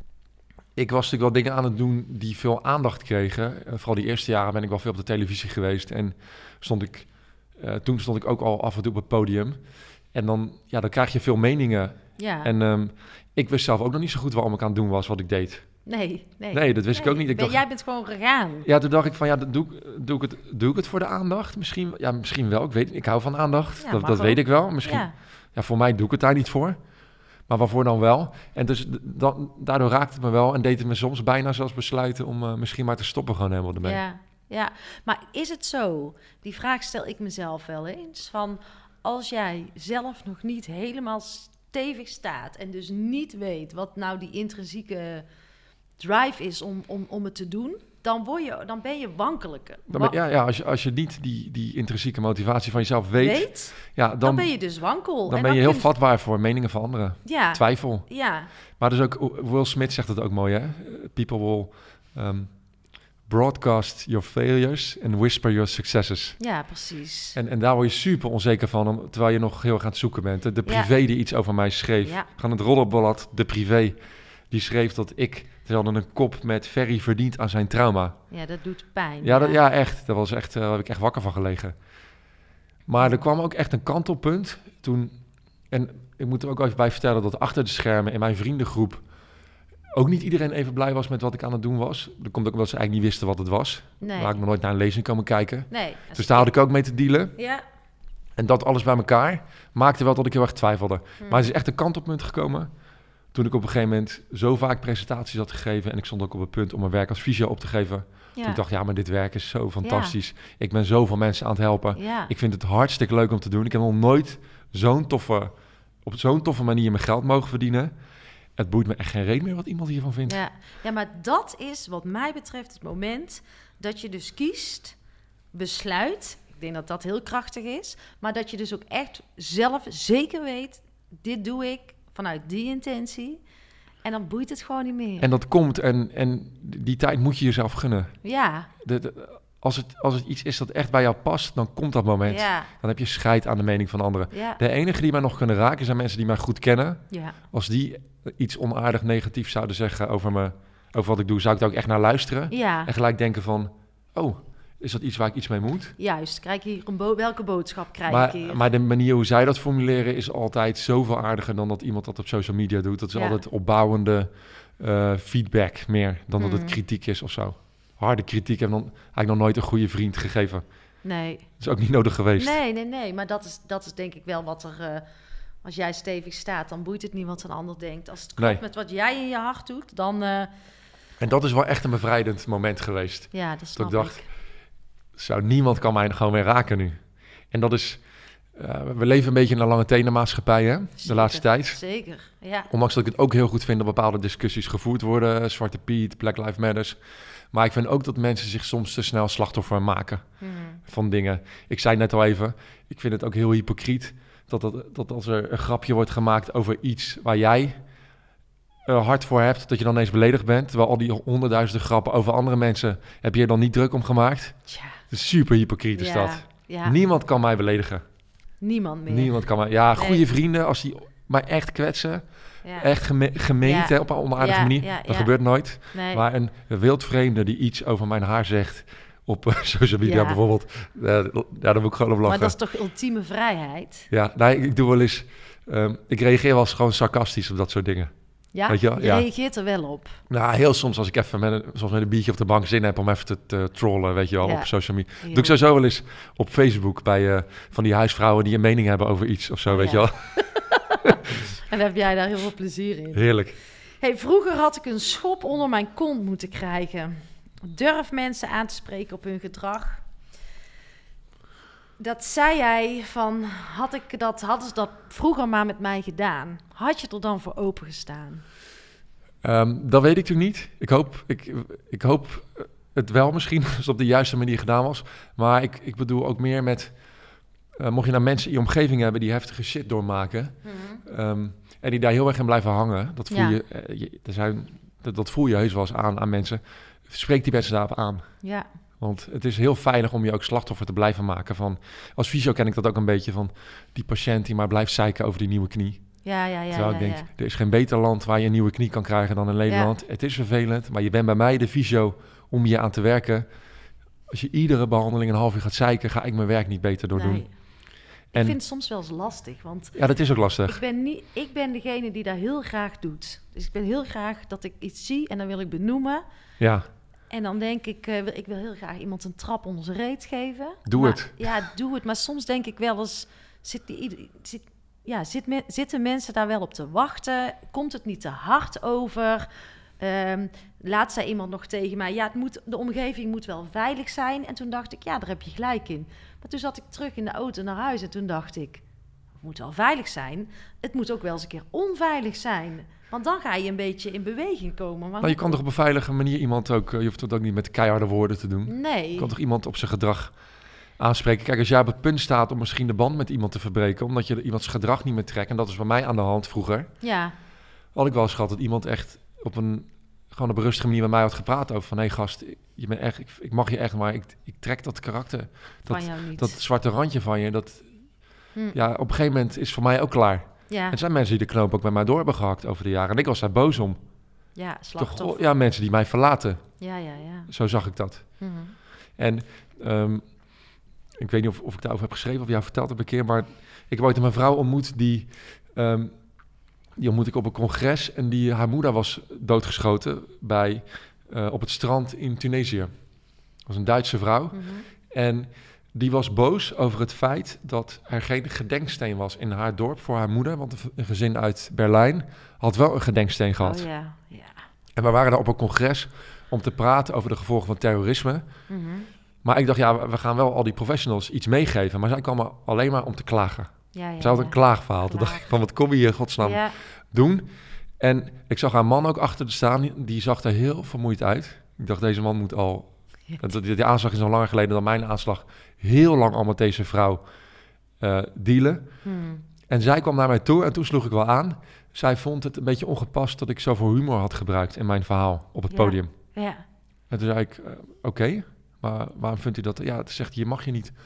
ik was natuurlijk wel dingen aan het doen die veel aandacht kregen. Eh, vooral die eerste jaren ben ik wel veel op de televisie geweest en stond ik, eh, toen stond ik ook al af en toe op het podium. En dan, ja, dan krijg je veel meningen. ja. En ehm, ik wist zelf ook nog niet zo goed waarom ik aan het doen was wat ik deed. nee, nee. Nee, dat wist ik Nee, ook niet. Ik ben- dacht, Jij bent gewoon gegaan. ja, toen dacht ik van, ja, dat doe, ik- doe, ik het, doe ik het voor de aandacht? Misschien, ja, misschien wel. Ik weet, ik hou van aandacht. Ja, dat mag dat weet ook. ik wel. Misschien, Ja, ja, voor mij doe ik het daar niet voor. Maar waarvoor dan wel? En dus d- dan, daardoor raakte het me wel en deed het me soms bijna zelfs besluiten om eh, misschien maar te stoppen gewoon helemaal ermee. ja, ja. Maar is het zo? Die vraag stel ik mezelf wel eens. Van als jij zelf nog niet helemaal stevig staat en dus niet weet wat nou die intrinsieke drive is om, om, om het te doen, dan, word je, dan ben je wankelijker. Dan ben- ja, ja, als, je, als je niet die, die intrinsieke motivatie van jezelf weet, weet, ja, dan, dan ben je dus wankel. dan En ben je heel kun- vatbaar voor meningen van anderen. Ja, Twijfel. ja, Maar dus ook, Will Smith zegt het ook mooi, hè? People will um, broadcast your failures and whisper your successes. ja, precies. En, en daar word je super onzeker van, om, terwijl je nog heel erg aan het zoeken bent. De, de Ja. privé die iets over mij schreef, Ja. van het rollerblad De Privé, die schreef dat ik, ze hadden een kop met Ferry verdient aan zijn trauma. Ja, dat doet pijn. Ja, dat, ja echt. Dat was echt, daar heb ik echt wakker van gelegen. Maar er kwam ook echt een kantelpunt toen, en ik moet er ook even bij vertellen dat achter de schermen in mijn vriendengroep ook niet iedereen even blij was met wat ik aan het doen was. Dat komt ook omdat ze eigenlijk niet wisten wat het was. Nee, Waar ik nog nooit naar een lezing komen kijken. nee. Dus daar had ik ook mee te dealen. Ja. En dat alles bij elkaar maakte wel dat ik heel erg twijfelde. Hm. Maar het is echt een kantelpunt gekomen toen ik op een gegeven moment zo vaak presentaties had gegeven. En ik stond ook op het punt om mijn werk als fysio op te geven. Ja. Toen ik dacht, ja, maar dit werk is zo fantastisch. Ik ben zoveel mensen aan het helpen. Ja. Ik vind het hartstikke leuk om te doen. Ik heb nog nooit zo'n toffe, op zo'n toffe manier mijn geld mogen verdienen. Het boeit me echt geen reet meer wat iemand hiervan vindt. Ja. ja, maar dat is wat mij betreft het moment dat je dus kiest, besluit. Ik denk dat dat heel krachtig is. Maar dat je dus ook echt zelf zeker weet, dit doe ik vanuit die intentie. En dan boeit het gewoon niet meer. En dat komt en, en die tijd moet je jezelf gunnen. Ja, De, de- als, het, als het iets is dat echt bij jou past, dan komt dat moment. ja, Dan heb je scheid aan de mening van anderen. ja, De enige die mij nog kunnen raken zijn mensen die mij goed kennen. ja. Als die iets onaardig negatiefs zouden zeggen over, me, over wat ik doe, zou ik daar ook echt naar luisteren. Ja, En gelijk denken van, oh, is dat iets waar ik iets mee moet? juist. Krijg je hier een bo- welke boodschap krijg Maar, ik hier? maar de manier hoe zij dat formuleren is altijd zoveel aardiger dan dat iemand dat op social media doet. Dat is Ja. altijd opbouwende eh, feedback meer dan dat het Mhm. kritiek is of zo. Harde kritiek heb ik nog, eigenlijk nog nooit een goede vriend gegeven. Nee. Dat is ook niet nodig geweest. Nee, nee, nee. Maar dat is, dat is denk ik wel wat er... eh, als jij stevig staat, dan boeit het niet wat een ander denkt. Als het klopt Nee. met wat jij in je hart doet, dan... eh, En dat is wel echt een bevrijdend moment geweest. ja, dat snap ik dacht, ik. Zo, niemand kan mij gewoon weer raken nu. En dat is... eh, we leven een beetje in een lange tenenmaatschappij, hè? De Zeker. laatste tijd. Zeker, ja. Ondanks dat ik het ook heel goed vind dat bepaalde discussies gevoerd worden. Zwarte Piet, Black Lives Matters. Maar ik vind ook dat mensen zich soms te snel slachtoffer maken Mhm. van dingen. Ik zei net al even, ik vind het ook heel hypocriet dat, dat, dat als er een grapje wordt gemaakt over iets waar jij uh, hard voor hebt, dat je dan ineens beledigd bent. Terwijl al die honderdduizenden grappen over andere mensen heb je er dan niet druk om gemaakt. Tja, Het is super hypocriet is ja, dat. ja. Niemand kan mij beledigen. Niemand meer. Niemand kan mij... Ja, Nee. goede vrienden, als die mij echt kwetsen, ja. echt geme- gemeten Ja. op een onaardige Ja, manier. ja, Dat ja. gebeurt nooit. Nee. Maar een wildvreemde die iets over mijn haar zegt op uh, social media Ja. bijvoorbeeld, uh, ja, daar moet ik gewoon op lachen. Maar dat is toch ultieme vrijheid? Ja, nee, ik doe wel eens, um, ik reageer wel eens gewoon sarcastisch op dat soort dingen. Ja? Weet je wel? Je Ja. reageert er wel op. Nou, heel soms als ik even met een, soms met een biertje op de bank zin heb om even te, te trollen, weet je wel, Ja. op social media. Heel. Doe ik sowieso wel eens op Facebook bij uh, van die huisvrouwen die een mening hebben over iets of zo, Oh, weet ja. je wel. En heb jij daar heel veel plezier in. Heerlijk. Hey, vroeger had ik een schop onder mijn kont moeten krijgen. Durf mensen aan te spreken op hun gedrag. Dat zei jij van, had ik dat, hadden ze dat vroeger maar met mij gedaan? Had je er dan voor opengestaan? Um, dat weet ik natuurlijk niet. Ik hoop, ik, ik hoop het wel misschien, als het op de juiste manier gedaan was. Maar ik, ik bedoel ook meer met, uh, mocht je nou mensen in je omgeving hebben die heftige shit doormaken, Mm-hmm. um, en die daar heel erg in blijven hangen, dat voel, Ja. je, uh, je, er zijn, dat, dat voel je heus wel eens aan, aan mensen. Spreek die mensen daarop aan. Ja, Want het is heel veilig om je ook slachtoffer te blijven maken van... Als fysio ken ik dat ook een beetje van die patiënt die maar blijft zeiken over die nieuwe knie. ja, ja, ja. Terwijl ja, ik denk, ja. er is geen beter land waar je een nieuwe knie kan krijgen dan in Nederland. Het is vervelend, maar je bent bij mij de fysio om hier aan te werken. Als je iedere behandeling een half uur gaat zeiken, ga ik mijn werk niet beter door doen. Nee. En Ik vind het soms wel eens lastig, want ja, dat is ook lastig. ik ben, niet, ik ben degene die dat heel graag doet. Dus ik ben heel graag dat ik iets zie en dan wil ik benoemen. Ja, En dan denk ik, uh, ik wil heel graag iemand een trap onder zijn reet geven. Doe Maar- het. Ja, doe het. Maar soms denk ik wel eens, zit die, ieder- zit, ja, zit me- zitten mensen daar wel op te wachten? Komt het niet te hard over? Ehm, laatst zei iemand nog tegen mij, ja, het moet, de omgeving moet wel veilig zijn. En toen dacht ik, ja, daar heb je gelijk in. Maar toen zat ik terug in de auto naar huis en toen dacht ik, het moet wel veilig zijn. Het moet ook wel eens een keer onveilig zijn. Want dan ga je een beetje in beweging komen. Maar maar je kan toch op een veilige manier iemand ook... uh, je hoeft het ook niet met keiharde woorden te doen. Nee. Je kan toch iemand op zijn gedrag aanspreken. Kijk, als jij op het punt staat om misschien de band met iemand te verbreken... omdat je iemands gedrag niet meer trekt... en dat is bij mij aan de hand vroeger... Ja, had ik wel eens gehad dat iemand echt op een... gewoon op een rustige manier met mij had gepraat over van... hé hey gast, je bent echt, ik, ik mag je echt, maar ik, ik trek dat karakter... van dat, jou niet. dat zwarte randje van je... Dat, Hm. ja, op een gegeven moment is voor mij ook klaar. Ja, Er zijn mensen die de knoop ook bij mij door hebben gehakt over de jaren. En ik was daar boos om. ja, Toch, slachtoffer. ja, mensen die mij verlaten. Ja, ja, ja. Zo zag ik dat. Mhm. En um, ik weet niet of, of ik daarover heb geschreven of jou verteld heb een keer, maar ik heb ooit een vrouw ontmoet die, um, die ontmoet ik op een congres en die, haar moeder was doodgeschoten bij, uh, op het strand in Tunesië. Dat was een Duitse vrouw Mhm. en die was boos over het feit dat er geen gedenksteen was in haar dorp voor haar moeder, want een gezin uit Berlijn had wel een gedenksteen gehad. Oh ja, ja. En we waren daar op een congres om te praten over de gevolgen van terrorisme. Mhm. Maar ik dacht, ja, we gaan wel al die professionals iets meegeven. Maar zij kwamen alleen maar om te klagen. Ja, ja, Ze had ja. een klaagverhaal. Toen Klaag. dacht ik van, wat kom je hier in godsnaam Ja, doen? En ik zag haar man ook achter de staan. Die, die zag er heel vermoeid uit. Ik dacht, deze man moet al... Ja. Dat, die, die aanslag is al langer geleden dan mijn aanslag. Heel lang al met deze vrouw uh, dealen. Hmm. En zij kwam naar mij toe en toen sloeg ik wel aan. Zij vond het een beetje ongepast dat ik zoveel humor had gebruikt in mijn verhaal op het Ja. podium. Ja. En toen zei ik, uh, oké, okay, maar waarom vindt u dat? Ja, het zegt, je mag je niet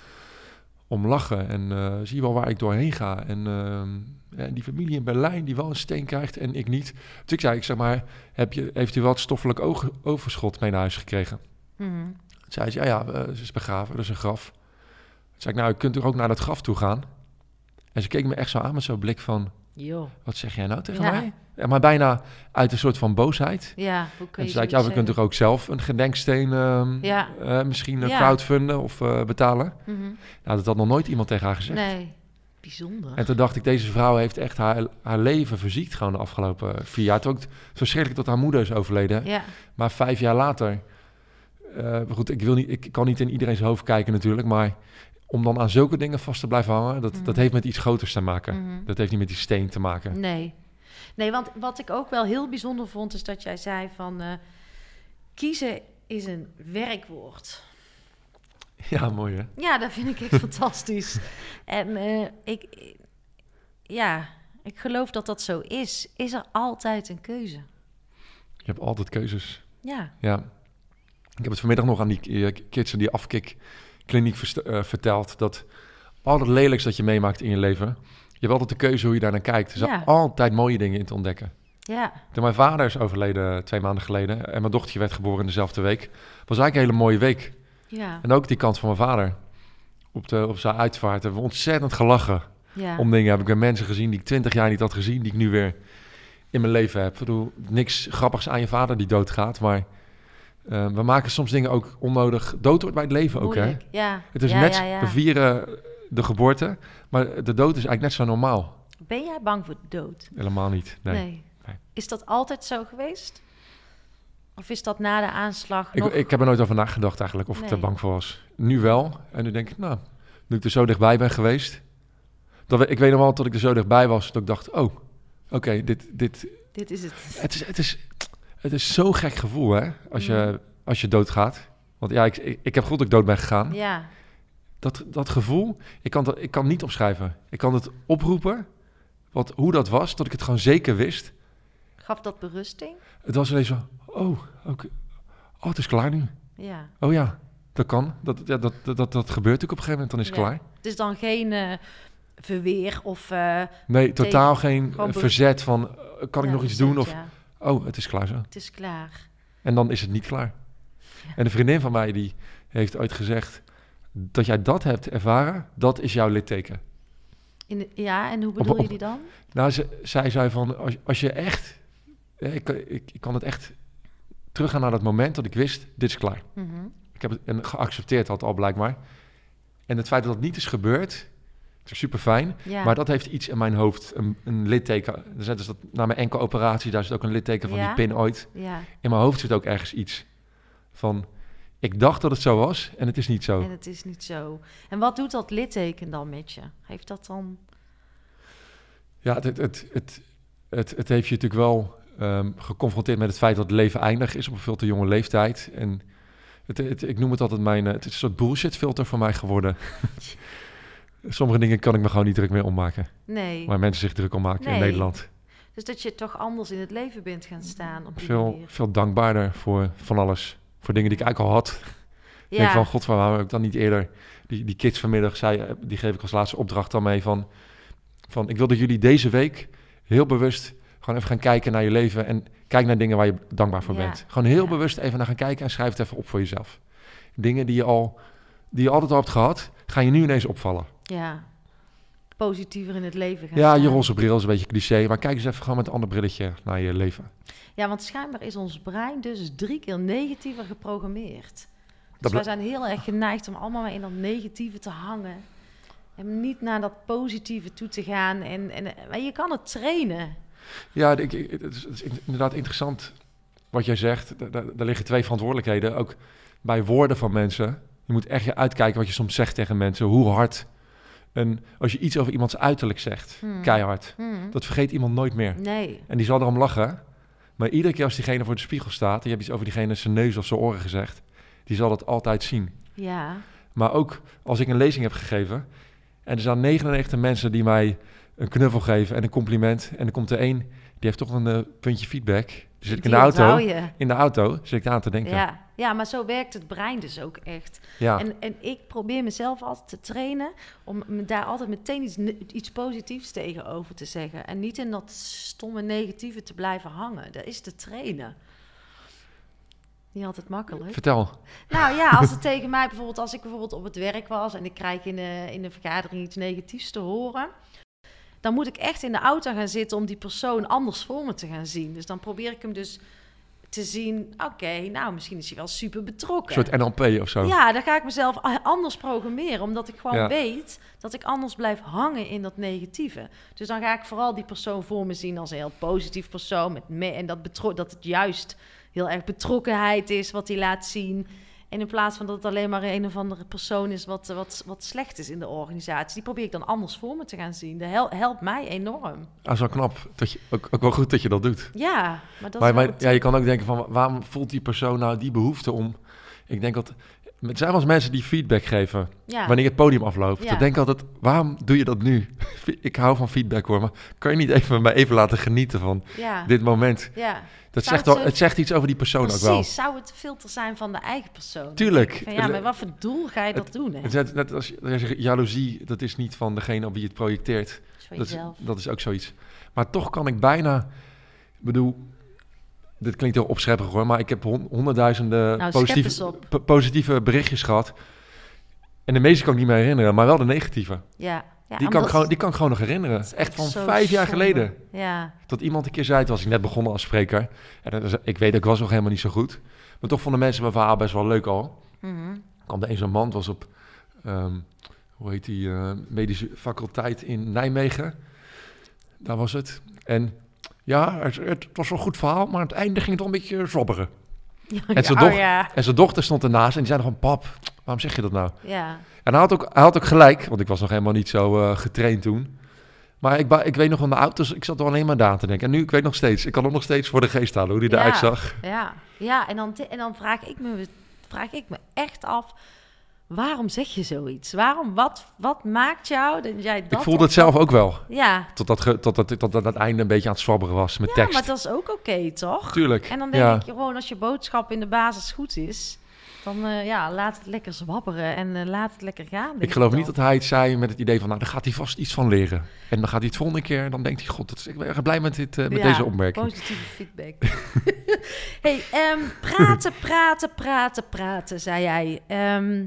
om lachen. En uh, zie je wel waar ik doorheen ga. En uh, ja, die familie in Berlijn die wel een steen krijgt en ik niet. Dus ik zei, ik zeg maar, heb je, heeft u wel het stoffelijk oog, overschot mee naar huis gekregen? Mhm. Toen zei ze, ja, ja, uh, ze is begraven, dat is een graf. Toen zei ik, nou, u kunt toch ook naar dat graf toe gaan? En ze keek me echt zo aan met zo'n blik van, Joh. wat zeg jij nou tegen Ja. mij? Ja, maar bijna uit een soort van boosheid. Ja, hoe kun En je toen zei ik, ja, we zoiets kunnen toch ook zelf een gedenksteen um, Ja. uh, misschien uh, Ja. crowdfunden of uh, betalen. zeggen? Mhm. Nou, dat had nog nooit iemand tegen haar gezegd. Nee, bijzonder. En toen dacht ik, deze vrouw heeft echt haar, haar leven verziekt gewoon de afgelopen vier jaar. Het is ook verschrikkelijk dat haar moeder is overleden. Ja, Maar vijf jaar later... Uh, goed, ik, wil niet, ik kan niet in iedereen's hoofd kijken natuurlijk, maar om dan aan zulke dingen vast te blijven hangen, dat, Mhm. dat heeft met iets groters te maken. Mhm. Dat heeft niet met die steen te maken. nee. Nee, want wat ik ook wel heel bijzonder vond, is dat jij zei van... Uh, kiezen is een werkwoord. Ja, mooi hè? Ja, dat vind ik echt fantastisch. En uh, ik... Ja, ik geloof dat dat zo is. Is er altijd een keuze? Je hebt altijd keuzes. Ja. Ja. Ik heb het vanmiddag nog aan die uh, kids in die afkikkliniek verst- uh, verteld, dat al het lelijkst dat je meemaakt in je leven je hebt altijd de keuze hoe je daar naar kijkt. Er zijn Ja. altijd mooie dingen in te ontdekken. Ja, Toen mijn vader is overleden twee maanden geleden en mijn dochtertje werd geboren in dezelfde week, was eigenlijk een hele mooie week. ja, En ook die kant van mijn vader. Op, de, op zijn uitvaart hebben we ontzettend gelachen. ja. Om dingen heb ik weer mensen gezien die ik twintig jaar niet had gezien, die ik nu weer in mijn leven heb. Ik bedoel, niks grappigs aan je vader die doodgaat, maar uh, we maken soms dingen ook onnodig. Dood wordt bij het leven ook, hè? Moeilijk. Ja. Het is ja, net, ja, ja. we vieren de geboorte, maar de dood is eigenlijk net zo normaal. Ben jij bang voor de dood? Helemaal niet, nee. Nee. Nee. Is dat altijd zo geweest? Of is dat na de aanslag Ik, nog... ik heb er nooit over nagedacht eigenlijk, of ik Nee. er bang voor was. Nu wel, en nu denk ik, nou, nu ik er zo dichtbij ben geweest. Dat we, ik weet nog wel dat ik er zo dichtbij was, dat ik dacht, oh, oké, okay, dit, dit, Dit is het. Het is, het is, het is zo'n gek gevoel, hè? Als je, Mm. als je doodgaat. Want ja, ik, ik, ik heb goed dat ik dood ben gegaan. Ja, Dat, dat gevoel, ik kan, dat, ik kan niet omschrijven. Ik kan het oproepen, wat, hoe dat was, dat ik het gewoon zeker wist. gaf dat berusting? Het was ineens zo, oh, oké. Oh, het is klaar nu. Ja. Oh ja, dat kan. Dat, ja, dat, dat, dat, dat gebeurt ook op een gegeven moment, dan is het Ja. klaar. Het is dan geen eh, verweer of... eh, Nee, totaal Tegen- geen gewoon eh, be- verzet van, eh, kan ik ja, nog iets verzet, doen? Of, ja. oh, het is klaar zo. Het is klaar. En dan is het niet klaar. Ja. En een vriendin van mij die heeft ooit gezegd, dat jij dat hebt ervaren, dat is jouw litteken. In de- ja, en hoe bedoel op- je die dan? Nou, ze, zij zei van, als, als je echt, eh, ik, ik, ik kan het echt teruggaan naar dat moment dat ik wist, dit is klaar. Mhm. Ik heb het en geaccepteerd had al blijkbaar. En het feit dat dat niet is gebeurd, is super fijn. Ja. Maar dat heeft iets in mijn hoofd, een, een litteken. Dus net als dat na mijn enkeloperatie, daar zit ook een litteken van Ja. die pin ooit. ja. In mijn hoofd zit ook ergens iets van, ik dacht dat het zo was en het is niet zo. En het is niet zo. En wat doet dat litteken dan met je? Heeft dat dan... Ja, het, het, het, het, het, het heeft je natuurlijk wel um, geconfronteerd met het feit dat het leven eindig is op een veel te jonge leeftijd. En het, het, ik noem het altijd mijn, uh, het is een soort bullshit filter voor mij geworden. Sommige dingen kan ik me gewoon niet druk meer ommaken. Nee. Waar mensen zich druk om maken in Nee. Nederland. Dus dat je toch anders in het leven bent gaan staan op die Veel, manier. veel dankbaarder voor van alles. Voor dingen die ik eigenlijk al had. Ik Ja. denk van, god, waarom heb ik dan niet eerder... Die, die kids vanmiddag, zei, uh, die geef ik als laatste opdracht dan mee van... van ik wil dat jullie deze week heel bewust gewoon even gaan kijken naar je leven... en kijk naar dingen waar je dankbaar voor Ja. bent. Gewoon heel Ja. bewust even naar gaan kijken en schrijf het even op voor jezelf. Dingen die je, al, die je altijd al hebt gehad, gaan je nu ineens opvallen. Ja. Positiever in het leven gaan Ja, je staan. roze bril is een beetje cliché, maar kijk eens even gewoon met een ander brilletje naar je leven. Ja, want schijnbaar is ons brein dus drie keer negatiever geprogrammeerd. Dus Dat wij bla- zijn heel erg geneigd om allemaal maar in dat negatieve te hangen. En niet naar dat positieve toe te gaan. En, en, maar je kan het trainen. Ja, ik, ik- het, is, het is inderdaad interessant wat jij zegt. Daar, daar daar liggen twee verantwoordelijkheden. Ook bij woorden van mensen. Je moet echt uitkijken wat je soms zegt tegen mensen. Hoe hard. En als je iets over iemands uiterlijk zegt, Hmm. keihard. Hmm. Dat vergeet iemand nooit meer. Nee. En die zal erom lachen. Maar iedere keer als diegene voor de spiegel staat... en je hebt iets over diegene zijn neus of zijn oren gezegd... die zal dat altijd zien. Ja. Maar ook als ik een lezing heb gegeven... en er zijn negenennegentig mensen die mij een knuffel geven en een compliment... en er komt er één, die heeft toch een uh, puntje feedback. Dan zit ik in de Die auto, onthoud je. in de auto zit ik daar aan te denken. Ja. Ja. ja, maar zo werkt het brein dus ook echt. En, en ik probeer mezelf altijd te trainen om me daar altijd meteen iets, ne- iets positiefs tegenover te zeggen. En niet in dat stomme negatieve te blijven hangen. Dat is te trainen. Niet altijd makkelijk. Vertel. Nou ja, als het tegen mij bijvoorbeeld, als ik bijvoorbeeld op het werk was en ik krijg in de, in de vergadering iets negatiefs te horen, dan moet ik echt in de auto gaan zitten om die persoon anders voor me te gaan zien. Dus dan probeer ik hem dus te zien, oké, nou misschien is hij wel super betrokken. Een soort N L P of zo. Ja, dan ga ik mezelf a- anders programmeren, omdat ik gewoon Ja. weet dat ik anders blijf hangen in dat negatieve. Dus dan ga ik vooral die persoon voor me zien als een heel positief persoon. Met me en dat, betro- dat het juist heel erg betrokkenheid is wat hij laat zien. En in plaats van dat het alleen maar een of andere persoon is wat, wat, wat slecht is in de organisatie. Die probeer ik dan anders voor me te gaan zien. Dat hel- helpt mij enorm. Dat is wel knap. Dat je, ook, ook wel goed dat je dat doet. Ja, maar dat Maar, is wel maar het- ja, je kan ook denken van, waarom voelt die persoon nou die behoefte om... Ik denk dat Het zijn wel eens mensen die feedback geven Ja. wanneer je het podium afloopt. Ja. Dan denk ik altijd, waarom doe je dat nu? Ik hou van feedback hoor, maar kan je niet even mij even laten genieten van Ja. dit moment? Ja. Dat Zou zegt het wel, zo- het zegt iets over die persoon Precies. ook wel. Zou het filter zijn van de eigen persoon? Tuurlijk. Van, ja, met wat voor doel ga je dat doen? Hè? Het is net, net als je als je zegt, jaloezie, dat is niet van degene op wie je het projecteert. Dat is van Dat is, jezelf. dat is ook zoiets. Maar toch kan ik bijna, ik bedoel, dit klinkt heel opscheppig hoor, maar ik heb hon- honderdduizenden Nou, positieve, schep eens op. po- positieve berichtjes gehad. En de meeste kan ik niet meer herinneren, maar wel de negatieve. Ja. Ja, Die kan, ik omdat- gewoon, die kan ik gewoon nog herinneren. dat is Echt van zo vijf jaar zonde. geleden. Ja. Dat iemand een keer zei, toen was ik net begonnen als spreker. En dat is, ik weet, ik was nog helemaal niet zo goed. Maar toch vonden mensen mijn verhaal best wel leuk al. Mhm. kwam er een zo'n man, het was op, ehm, hoe heet die, eh, medische faculteit in Nijmegen. Daar was het. En ja, het, het was wel een goed verhaal, maar aan het einde ging het wel een beetje zwabberen. Ja, En zijn oh doch- ja. En zijn dochter stond ernaast en die zei nog van, pap, waarom zeg je dat nou? Ja. En hij had ook, hij had ook gelijk, want ik was nog helemaal niet zo eh, getraind toen. Maar ik, ba- ik weet nog van de auto's, ik zat er alleen maar daar te denken. En nu, ik weet nog steeds, ik kan hem nog steeds voor de geest halen, hoe die Ja. eruit zag. Ja, ja en, dan, en dan vraag ik, me, vraag ik me echt af, waarom zeg je zoiets? Waarom, wat, wat maakt jou dat jij dat... Ik voelde het zelf ook wel, Ja, totdat ge- totdat tot dat, tot het einde een beetje aan het zwabberen was met ja tekst. maar dat is ook oké, toch? Tuurlijk. En dan denk ja. ik gewoon, als je boodschap in de basis goed is, dan eh, ja, laat het lekker zwabberen en eh, laat het lekker gaan. denk Ik geloof dan. niet dat hij het zei met het idee van, nou, daar gaat hij vast iets van leren. En dan gaat hij het volgende keer, dan denkt hij, god, dat is, ik ben erg blij met, dit, eh, met Ja, deze opmerking. positieve feedback. hey, ehm, praten, praten, praten, praten, zei jij. Ehm,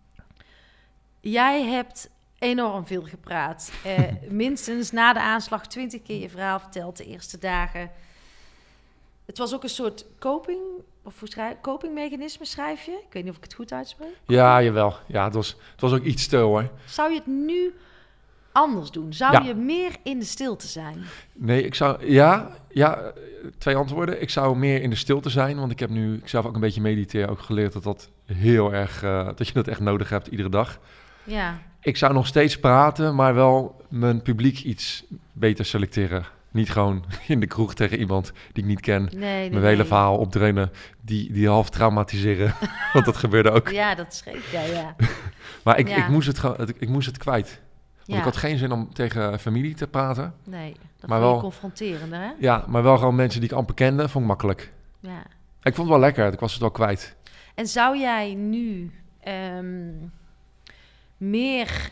jij hebt enorm veel gepraat. Eh, minstens na de aanslag twintig keer je verhaal verteld de eerste dagen. Het was ook een soort coping, of hoe schrijf, copingmechanisme schrijf je? Ik weet niet of ik het goed uitspreek. Ja, jawel. Ja, het was, het was ook iets te hoor. Zou je het nu anders doen? Zou Ja. je meer in de stilte zijn? Nee, ik zou, ja, ja, eh, twee antwoorden. Ik zou meer in de stilte zijn, want ik heb nu, ik zelf ook een beetje mediteren, ook geleerd dat dat heel erg, eh, dat je dat echt nodig hebt iedere dag. Ja, Ik zou nog steeds praten, maar wel mijn publiek iets beter selecteren. Niet gewoon in de kroeg tegen iemand die ik niet ken. nee, nee. Mijn hele nee. verhaal opdreunen, die, die half traumatiseren. Want dat gebeurde ook. Ja, dat schreef jij, ja. Maar ik, Ja. ik, moest het gewoon, het- ik moest het kwijt. Want ja. ik had geen zin om tegen familie te praten. Nee, dat Maar vond je wel- confronterender, hè? Ja, maar wel gewoon mensen die ik amper kende, vond ik makkelijk. Ja. Ik vond het wel lekker, ik was het wel kwijt. En zou jij nu ehm, meer...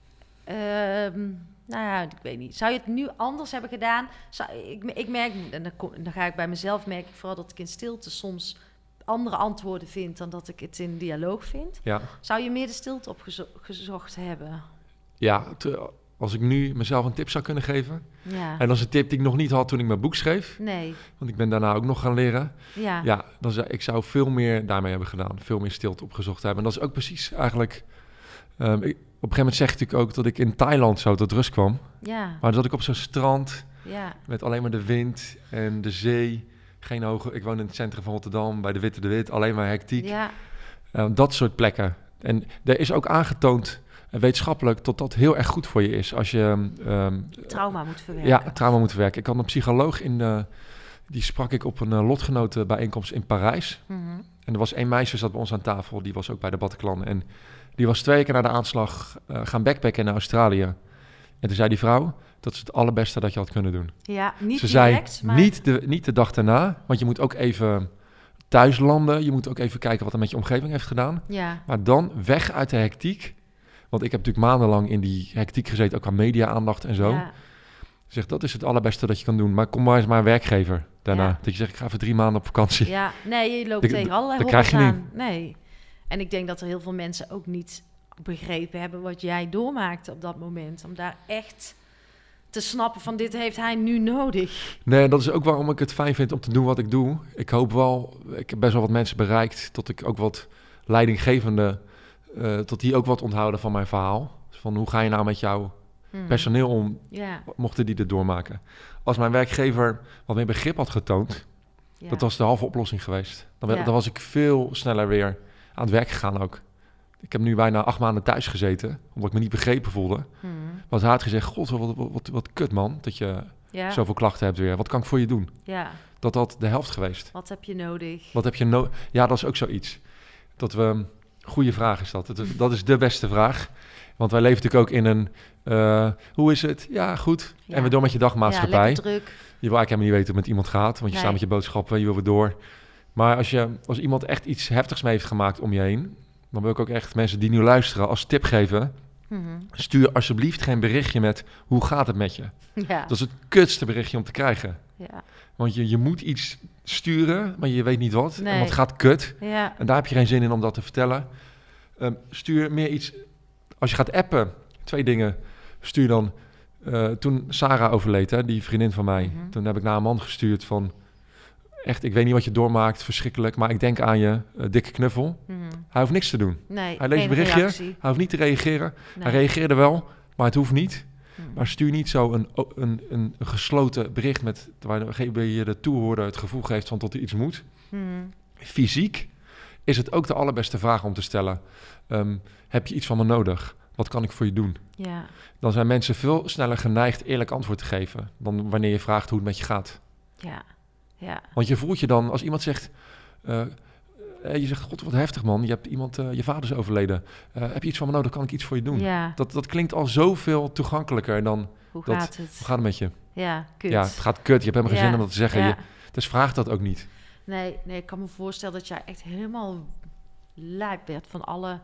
ehm, nou ja, ik weet niet. Zou je het nu anders hebben gedaan? Zou, ik, ik merk, en dan, kom- dan ga ik bij mezelf merk ik vooral dat ik in stilte soms andere antwoorden vind dan dat ik het in dialoog vind. Ja, Zou je meer de stilte opgezocht hebben? ja te- als ik nu mezelf een tip zou kunnen geven. Ja. En dat is een tip die ik nog niet had toen ik mijn boek schreef. Nee. Want ik ben daarna ook nog gaan leren. Ja. Ja, dan zou, ik zou veel meer daarmee hebben gedaan. Veel meer stilte opgezocht hebben. En dat is ook precies eigenlijk... ehm, ik, op een gegeven moment zeg ik natuurlijk ook dat ik in Thailand zo tot rust kwam. Ja. Maar dan zat ik op zo'n strand Ja. met alleen maar de wind en de zee. Geen hoge... Ik woon in het centrum van Rotterdam, bij de Witte de Wit. Alleen maar hectiek. Ja. Uh, dat soort plekken. En er is ook aangetoond, uh, wetenschappelijk, dat dat heel erg goed voor je is. Als je um, Trauma moet verwerken. ja, trauma moet verwerken. Ik had een psycholoog in, uh, die sprak ik op een uh, lotgenotenbijeenkomst in Parijs. Mm-hmm. En er was één meisje zat bij ons aan tafel, die was ook bij de Bataclan. En die was twee keer na de aanslag uh, gaan backpacken in Australië. En toen zei die vrouw, dat is het allerbeste dat je had kunnen doen. Ja, niet Ze direct, zei, maar... niet, de, niet de dag daarna, want je moet ook even thuis landen. Je moet ook even kijken wat er met je omgeving heeft gedaan. Ja. Maar dan weg uit de hectiek. Want ik heb natuurlijk maandenlang in die hectiek gezeten, ook aan media-aandacht en zo. Ja. Zeg, dat is het allerbeste dat je kan doen. Maar kom maar eens maar een werkgever daarna. Ja. Dat je zegt, ik ga even drie maanden op vakantie. Ja, nee, je loopt Dat- tegen allerlei dat krijg je hobbels aan. Nee. En ik denk dat er heel veel mensen ook niet begrepen hebben wat jij doormaakte op dat moment. Om daar echt te snappen van dit heeft hij nu nodig. Nee, dat is ook waarom ik het fijn vind om te doen wat ik doe. Ik hoop wel, ik heb best wel wat mensen bereikt, tot ik ook wat leidinggevende, uh, tot die ook wat onthouden van mijn verhaal. Dus van hoe ga je nou met jouw Hmm. personeel om, Ja, mochten die dit doormaken. Als mijn werkgever wat meer begrip had getoond, ja. dat was de halve oplossing geweest. Dan, werd- Ja. dan was ik veel sneller weer aan het werk gegaan ook. Ik heb nu bijna acht maanden thuis gezeten, omdat ik me niet begrepen voelde. Hmm. Want hij had gezegd, god, wat, wat, wat, wat kut man, dat je Ja. zoveel klachten hebt weer. Wat kan ik voor je doen? Ja, Dat had de helft geweest. wat heb je nodig? Wat heb je nodig? Ja, dat is ook zoiets. Dat we, Goeie vraag is dat. Dat is, dat is de beste vraag. Want wij leven natuurlijk ook in een... Uh, hoe is het? Ja, goed. Ja. En we door met je dagmaatschappij. Ja, lekker druk. Je wil eigenlijk helemaal niet weten hoe het met iemand gaat. Want je Nee. staat met je boodschappen, je wil weer door. Maar als, je, als iemand echt iets heftigs mee heeft gemaakt om je heen... dan wil ik ook echt mensen die nu luisteren als tip geven... Mm-hmm. stuur alsjeblieft geen berichtje met hoe gaat het met je. Ja. Dat is het kutste berichtje om te krijgen. Ja. Want je, je moet iets sturen, maar je weet niet wat. Nee. En wat gaat kut. Ja. En daar heb je geen zin in om dat te vertellen. Um, stuur meer iets... Als je gaat appen, twee dingen. Stuur dan... Uh, toen Sarah overleed, hè, die vriendin van mij... Mm-hmm. toen heb ik naar een man gestuurd van... Echt, ik weet niet wat je doormaakt, verschrikkelijk... maar ik denk aan je, uh, dikke knuffel. Mm-hmm. Hij hoeft niks te doen. Nee, Hij leest geen een berichtje, reactie. hij hoeft niet te reageren. Nee. Hij reageerde wel, maar het hoeft niet. Mm. Maar stuur niet zo een, een, een, een gesloten bericht... Met, waar je de toehoorder het gevoel geeft van tot er iets moet. Mm. Fysiek is het ook de allerbeste vraag om te stellen. Um, heb je iets van me nodig? Wat kan ik voor je doen? Ja. Dan zijn mensen veel sneller geneigd eerlijk antwoord te geven... dan wanneer je vraagt hoe het met je gaat. Ja. Ja. Want je voelt je dan, als iemand zegt... Uh, je zegt, god, wat heftig man, je hebt iemand, uh, je vader is overleden. Uh, heb je iets van me nodig, kan ik iets voor je doen? Ja. Dat, dat klinkt al zoveel toegankelijker dan... Hoe dat, gaat het? Hoe gaat het met je? Ja, kut. Ja, het gaat kut, je hebt helemaal geen Ja. zin om dat te zeggen. Ja. Je, dus vraag dat ook niet. Nee, nee, ik kan me voorstellen dat jij echt helemaal lijp werd van alle...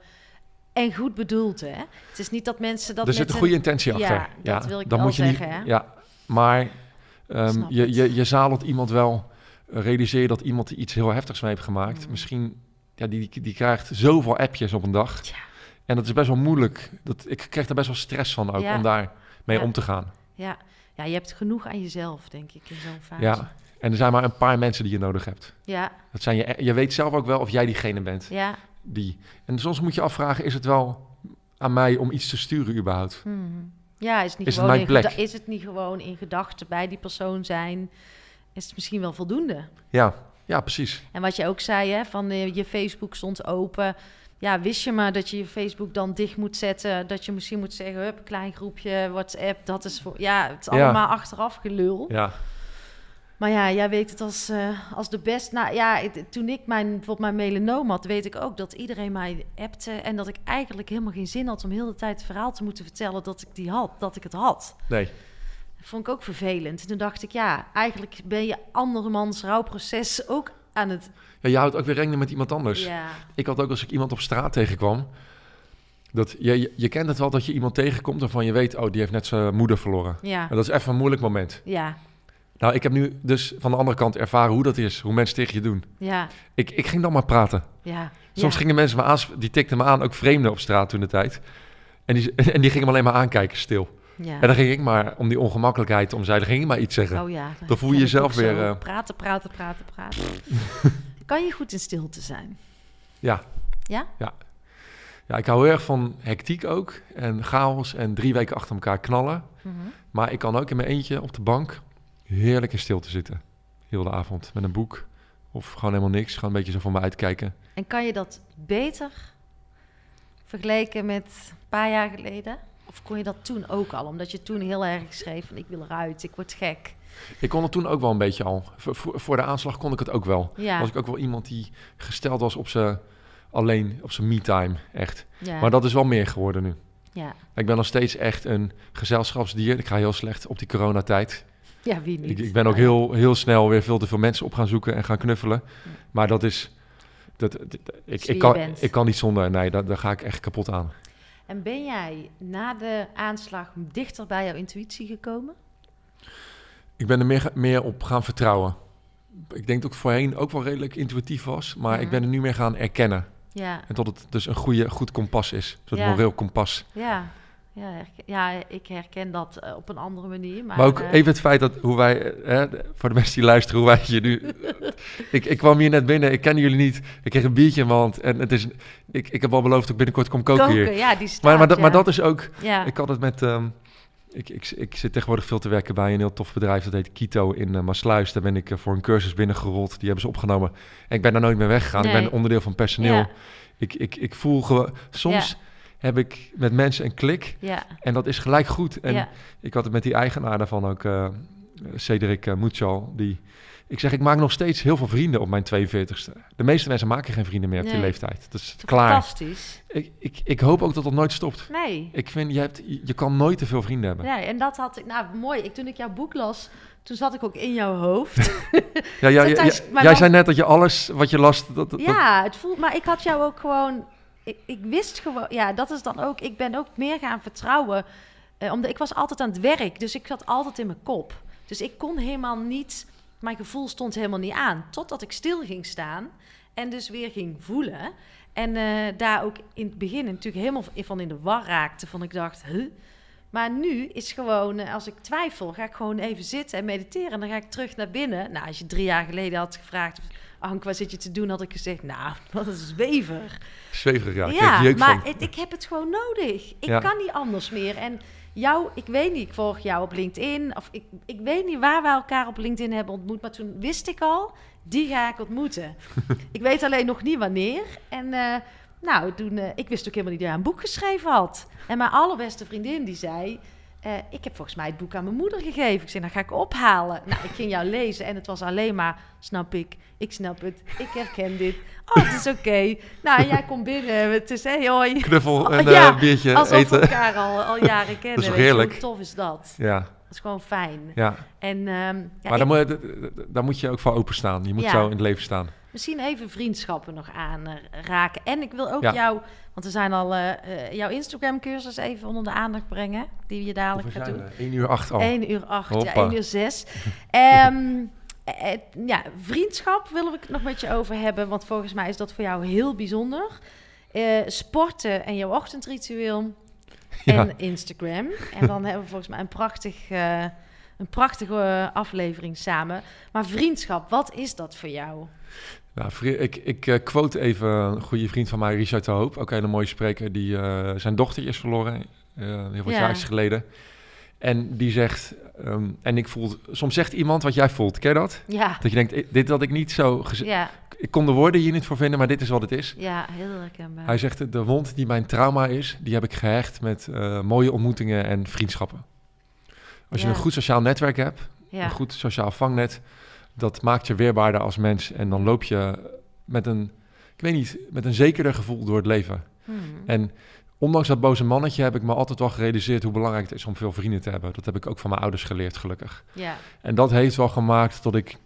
En goed bedoeld, hè? Het is niet dat mensen dat Er zit met een goede intentie Ja, achter. dat wil ik dan wel moet je zeggen, niet, hè? Ja, maar um, Snap je, het. je, je zadelt iemand wel... Uh, realiseer je dat iemand die iets heel heftigs mee heeft gemaakt... Mm. Misschien, ja, die, die, die krijgt zoveel appjes op een dag. Ja. En dat is best wel moeilijk. Dat, ik krijg daar best wel stress van ook, Ja. om daar mee Ja. om te gaan. Ja. Ja, je hebt genoeg aan jezelf, denk ik, in zo'n fase. Ja, en er zijn maar een paar mensen die je nodig hebt. Ja, Dat zijn je, je weet zelf ook wel of jij diegene bent. ja. Die. En soms moet je afvragen, is het wel aan mij om iets te sturen überhaupt? Hmm. Ja, is, het niet Is het gewoon mijn in plek? geda- is het niet gewoon in gedachten bij die persoon zijn? Is het misschien wel voldoende? Ja, ja, precies. En wat je ook zei, hè, van uh, je Facebook stond open. Ja, wist je maar dat je je Facebook dan dicht moet zetten? Dat je misschien moet zeggen, hup, klein groepje, WhatsApp, dat is voor... Ja, het is Ja. allemaal achteraf gelul. Ja, Maar ja, jij weet het als, uh, als de best. Nou ja, het, toen ik mijn, bijvoorbeeld mijn melanoom had, weet ik ook dat iedereen mij appte. En dat ik eigenlijk helemaal geen zin had om heel de tijd het verhaal te moeten vertellen dat ik die had, dat ik het had. nee. Dat vond ik ook vervelend. En toen dacht ik, ja, eigenlijk ben je andermans rouwproces ook aan het... Ja, je houdt ook weer rekening met iemand anders. Ja, Ik had ook als ik iemand op straat tegenkwam... Dat, je, je, je kent het wel dat je iemand tegenkomt waarvan je weet... oh, die heeft net zijn moeder verloren. ja, En dat is even een moeilijk moment. ja, Nou, ik heb nu dus van de andere kant ervaren hoe dat is. Hoe mensen tegen je doen. ja, Ik, ik ging dan maar praten. ja. Soms ja. gingen mensen me aan, die tikten me aan, ook vreemden op straat toen de tijd. En die, en die gingen me alleen maar aankijken, stil. Ja. En dan ging ik maar, om die ongemakkelijkheid om zij, dan ging ik maar iets zeggen. Oh ja. Dan voel je heb ik jezelf ook weer, zo. uh, Praten, praten, praten, praten. Kan je goed in stilte zijn? Ja. Ja? Ja. Ja, ik hou heel erg van hectiek ook. En chaos en drie weken achter elkaar knallen. Mm-hmm. Maar ik kan ook in mijn eentje op de bank heerlijk in stilte zitten. Heel de avond met een boek. Of gewoon helemaal niks. Gewoon een beetje zo voor me uitkijken. En kan je dat beter vergelijken met een paar jaar geleden? Of kon je dat toen ook al? Omdat je toen heel erg schreef van ik wil eruit, ik word gek. Ik kon het toen ook wel een beetje al. Voor, voor, voor de aanslag kon ik het ook wel. Ja, Was ik ook wel iemand die gesteld was op zijn alleen, op zijn me-time, echt. ja, Maar dat is wel meer geworden nu. ja. Ik ben nog steeds echt een gezelschapsdier. Ik ga heel slecht op die coronatijd. Ja, wie niet? Ik, ik ben ook Nou ja. heel, heel snel weer veel te veel mensen op gaan zoeken en gaan knuffelen. Maar dat is... Dat, dat- dat- ik, wie je ik, kan, bent. ik kan niet zonder. Nee, daar, daar ga ik echt kapot aan. En ben jij na de aanslag dichter bij jouw intuïtie gekomen? Ik ben er meer, ga- meer op gaan vertrouwen. Ik denk dat ik voorheen ook wel redelijk intuïtief was. Maar Mhm. ik ben er nu meer gaan erkennen. Ja, En dat het dus een goede, goed kompas is. Een soort Ja. moreel kompas. ja. Ja, herken- ja, ik herken dat eh, op een andere manier. Maar, Maar ook eh, even het feit dat hoe wij, eh, hè, de- voor de mensen die luisteren, hoe wij je nu... ik, ik kwam hier net binnen, ik ken jullie niet. Ik kreeg een biertje in mijn hand en het is... Ik, ik heb al beloofd dat ik binnenkort kom koken, hier. ja, die staat, Maar, maar, dat, ja. maar dat is ook... Ja, Ik had het met... ehm, ik, ik, ik zit tegenwoordig veel te werken bij een heel tof bedrijf. Dat heet Kito in uh, Maasluis. Daar ben ik uh, voor een cursus binnengerold. Die hebben ze opgenomen. En ik ben daar nooit meer weggegaan. Ik Nee. ben onderdeel van personeel. Ja. Ik, ik, ik voel gewoon... Soms heb ik met mensen een klik. ja, En dat is gelijk goed. En ja, ik had het met die eigenaar daarvan ook... Uh, Cedric uh, Mutual, die... Ik zeg, ik maak nog steeds heel veel vrienden op mijn tweeënveertigste. De meeste mensen maken geen vrienden meer op Nee. die leeftijd. Dat is klaar. Fantastisch. Ik, ik, ik hoop ook dat dat nooit stopt. Nee. Ik vind, je, hebt, je kan nooit te veel vrienden hebben. Nee, en dat had ik... Nou, mooi. Ik, toen ik jouw boek las, toen zat ik ook in jouw hoofd. Ja, ja, ja, Sometimes- ja, maar jij dan- zei net dat je alles wat je las... Dat, dat, dat- Ja, het voelt... Maar ik had jou ook gewoon... Ik, ik wist gewoon... Ja, dat is dan ook... Ik ben ook meer gaan vertrouwen. Eh, omdat ik was altijd aan het werk. Dus ik zat altijd in mijn kop. Dus ik kon helemaal niet... Mijn gevoel stond helemaal niet aan. Totdat ik stil ging staan. En dus weer ging voelen. En eh, daar ook in het begin natuurlijk helemaal van in de war raakte. Van ik dacht... Huh? Maar nu is gewoon... eh, Als ik twijfel, ga ik gewoon even zitten en mediteren. En dan ga ik terug naar binnen. Nou, als je drie jaar geleden had gevraagd... Ank, wat zit je te doen? Had ik gezegd, nou, wat een zwever. Zweverig, ja. Ik Ja, kreeg jeuk maar van. het, ik heb het gewoon nodig. Ik Ja. kan niet anders meer. En jou, ik weet niet, ik volg jou op LinkedIn. Of ik, ik weet niet waar we elkaar op LinkedIn hebben ontmoet. Maar toen wist ik al, die ga ik ontmoeten. Ik weet alleen nog niet wanneer. En uh, nou, toen, uh, ik wist ook helemaal niet dat hij een boek geschreven had. En mijn allerbeste vriendin die zei... Uh, ik heb volgens mij het boek aan mijn moeder gegeven. Ik zei, dan ga ik ophalen. Nou, ik ging jou lezen en het was alleen maar... Snap ik, ik snap het, ik herken dit. Oh, het is oké. Okay. Nou, en jij komt binnen. Het is, hey, hoi. Knuffel en Oh, ja, uh, biertje alsof eten. we elkaar al, al jaren kennen. Dat is toch weet je, heerlijk? hoe tof is dat? Ja, Dat is gewoon fijn. ja. En, um, ja, Maar ik, daar moet, je, daar moet je ook voor openstaan. Je moet Ja. zo in het leven staan. misschien even vriendschappen nog aanraken. En ik wil ook Ja. jou... Want we zijn al uh, uh, jouw Instagram-cursus even onder de aandacht brengen. Die je dadelijk Hoeveel gaat zijn doen. we? één uur acht al. één uur acht, ja, Hoppa. één uur zes. um, eh, ja, vriendschap willen we het nog met je over hebben. Want volgens mij is dat voor jou heel bijzonder. Uh, sporten en jouw ochtendritueel. Ja. En Instagram. En dan hebben we volgens mij een, prachtig, uh, een prachtige aflevering samen. Maar vriendschap, wat is dat voor jou? Nou, vri- ik, ik uh, quote even een goede vriend van mij, Richard de Hoop. Ook een hele mooie spreker, die uh, zijn dochtertje is verloren. Uh, heel wat Ja. jaar geleden. En die zegt... Um, en ik voel... Soms zegt iemand wat jij voelt. Ken je dat? Ja, Dat je denkt, eh, dit had ik niet zo... Geze- ja, Ik kon de woorden hier niet voor vinden, maar dit is wat het is. ja, heel herkenbaar. Hij zegt, de wond die mijn trauma is, die heb ik gehecht met uh, mooie ontmoetingen en vriendschappen. Als je Ja. een goed sociaal netwerk hebt, Ja. een goed sociaal vangnet, dat maakt je weerbaarder als mens. En dan loop je met een, ik weet niet, met een zekerder gevoel door het leven. Hmm. En ondanks dat boze mannetje heb ik me altijd wel gerealiseerd hoe belangrijk het is om veel vrienden te hebben. Dat heb ik ook van mijn ouders geleerd, gelukkig. Ja, En dat heeft wel gemaakt dat ik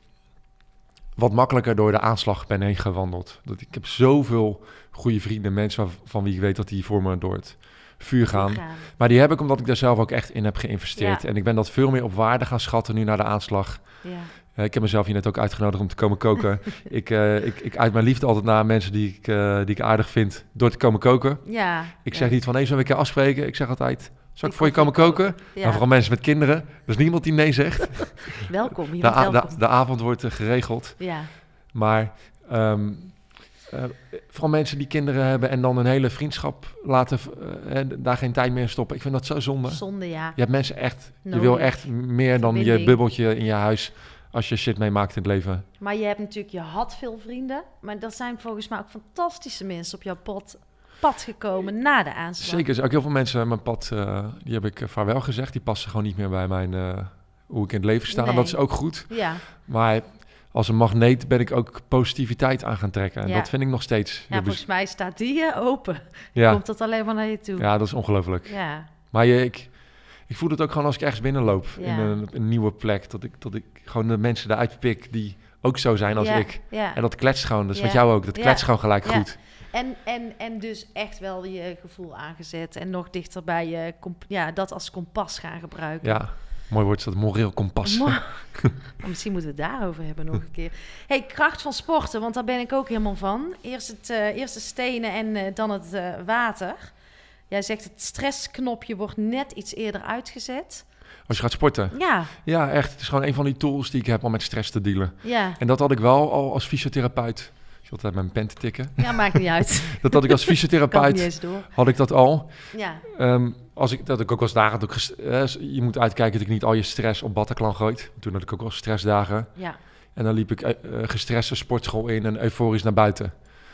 wat makkelijker door de aanslag ben heen gewandeld. Dat ik heb zoveel goede vrienden, mensen van, van wie ik weet dat die voor me door het vuur gaan. gaan. Maar die heb ik omdat ik daar zelf ook echt in heb geïnvesteerd. Ja. En ik ben dat veel meer op waarde gaan schatten nu na de aanslag. Ja. Uh, ik heb mezelf hier net ook uitgenodigd om te komen koken. ik, uh, ik, ik uit mijn liefde altijd naar mensen die ik, uh, die ik aardig vind door te komen koken. Ja. Ik ja. zeg niet van, nee, zullen we een keer afspreken? Ik zeg altijd, zal ik, Ik voor je kom komen voor je koken? koken. Ja. Nou, vooral mensen met kinderen. Er is niemand die nee zegt. Welkom, je De, bent a- welkom. de, de avond wordt uh, geregeld. Ja, Maar um, uh, vooral mensen die kinderen hebben en dan een hele vriendschap laten, uh, en daar geen tijd meer in stoppen. Ik vind dat zo zonde. zonde, ja. Je hebt mensen echt, je Nodig. wil echt meer dan je Verbinding. bubbeltje in je huis als je shit meemaakt in het leven. Maar je hebt natuurlijk, je had veel vrienden. Maar dat zijn volgens mij ook fantastische mensen op jouw pad, pad gekomen na de aanslag. Zeker, er zijn ook heel veel mensen op mijn pad, uh, die heb ik uh, vaarwel gezegd. Die passen gewoon niet meer bij mijn, uh, hoe ik in het leven sta. Nee. En dat is ook goed. Ja, Maar als een magneet ben ik ook positiviteit aan gaan trekken. En Ja. dat vind ik nog steeds. ja heel volgens mij staat die uh, open. ja. Komt dat alleen maar naar je toe. ja, dat is ongelooflijk. Ja, Maar je, ik, ik voel het ook gewoon als ik ergens binnenloop Ja. in een, een nieuwe plek. Dat ik, dat ik gewoon de mensen eruit pik die ook zo zijn als ja, ik. ja. En dat kletst gewoon, dat is Ja. met jou ook. Dat Ja. kletst gewoon gelijk Ja. goed. En, en, en dus echt wel je gevoel aangezet. En nog dichter bij je, comp- ja, dat als kompas gaan gebruiken. Ja, mooi woord is dat, moreel kompas. Mooi. Maar misschien moeten we het daarover hebben nog een keer. Hey, kracht van sporten, want daar ben ik ook helemaal van. Eerst het uh, eerst de stenen en uh, dan het uh, water. Jij zegt het stressknopje wordt net iets eerder uitgezet. Als je gaat sporten. Ja, Ja, echt. Het is gewoon een van die tools die ik heb om met stress te dealen. ja. En dat had ik wel al als fysiotherapeut. Ik zat altijd mijn pen te tikken. Ja, maakt niet uit. Dat had ik als Kan niet fysiotherapeut, eens door. had ik dat al. Ja, Um, als ik, dat ik ook wel eens dagen, dat ik ges- eh, je moet uitkijken dat ik niet al je stress op Bataclan gooit. Toen had ik ook wel stressdagen. ja, En dan liep ik uh, gestrest de sportschool in en euforisch naar buiten.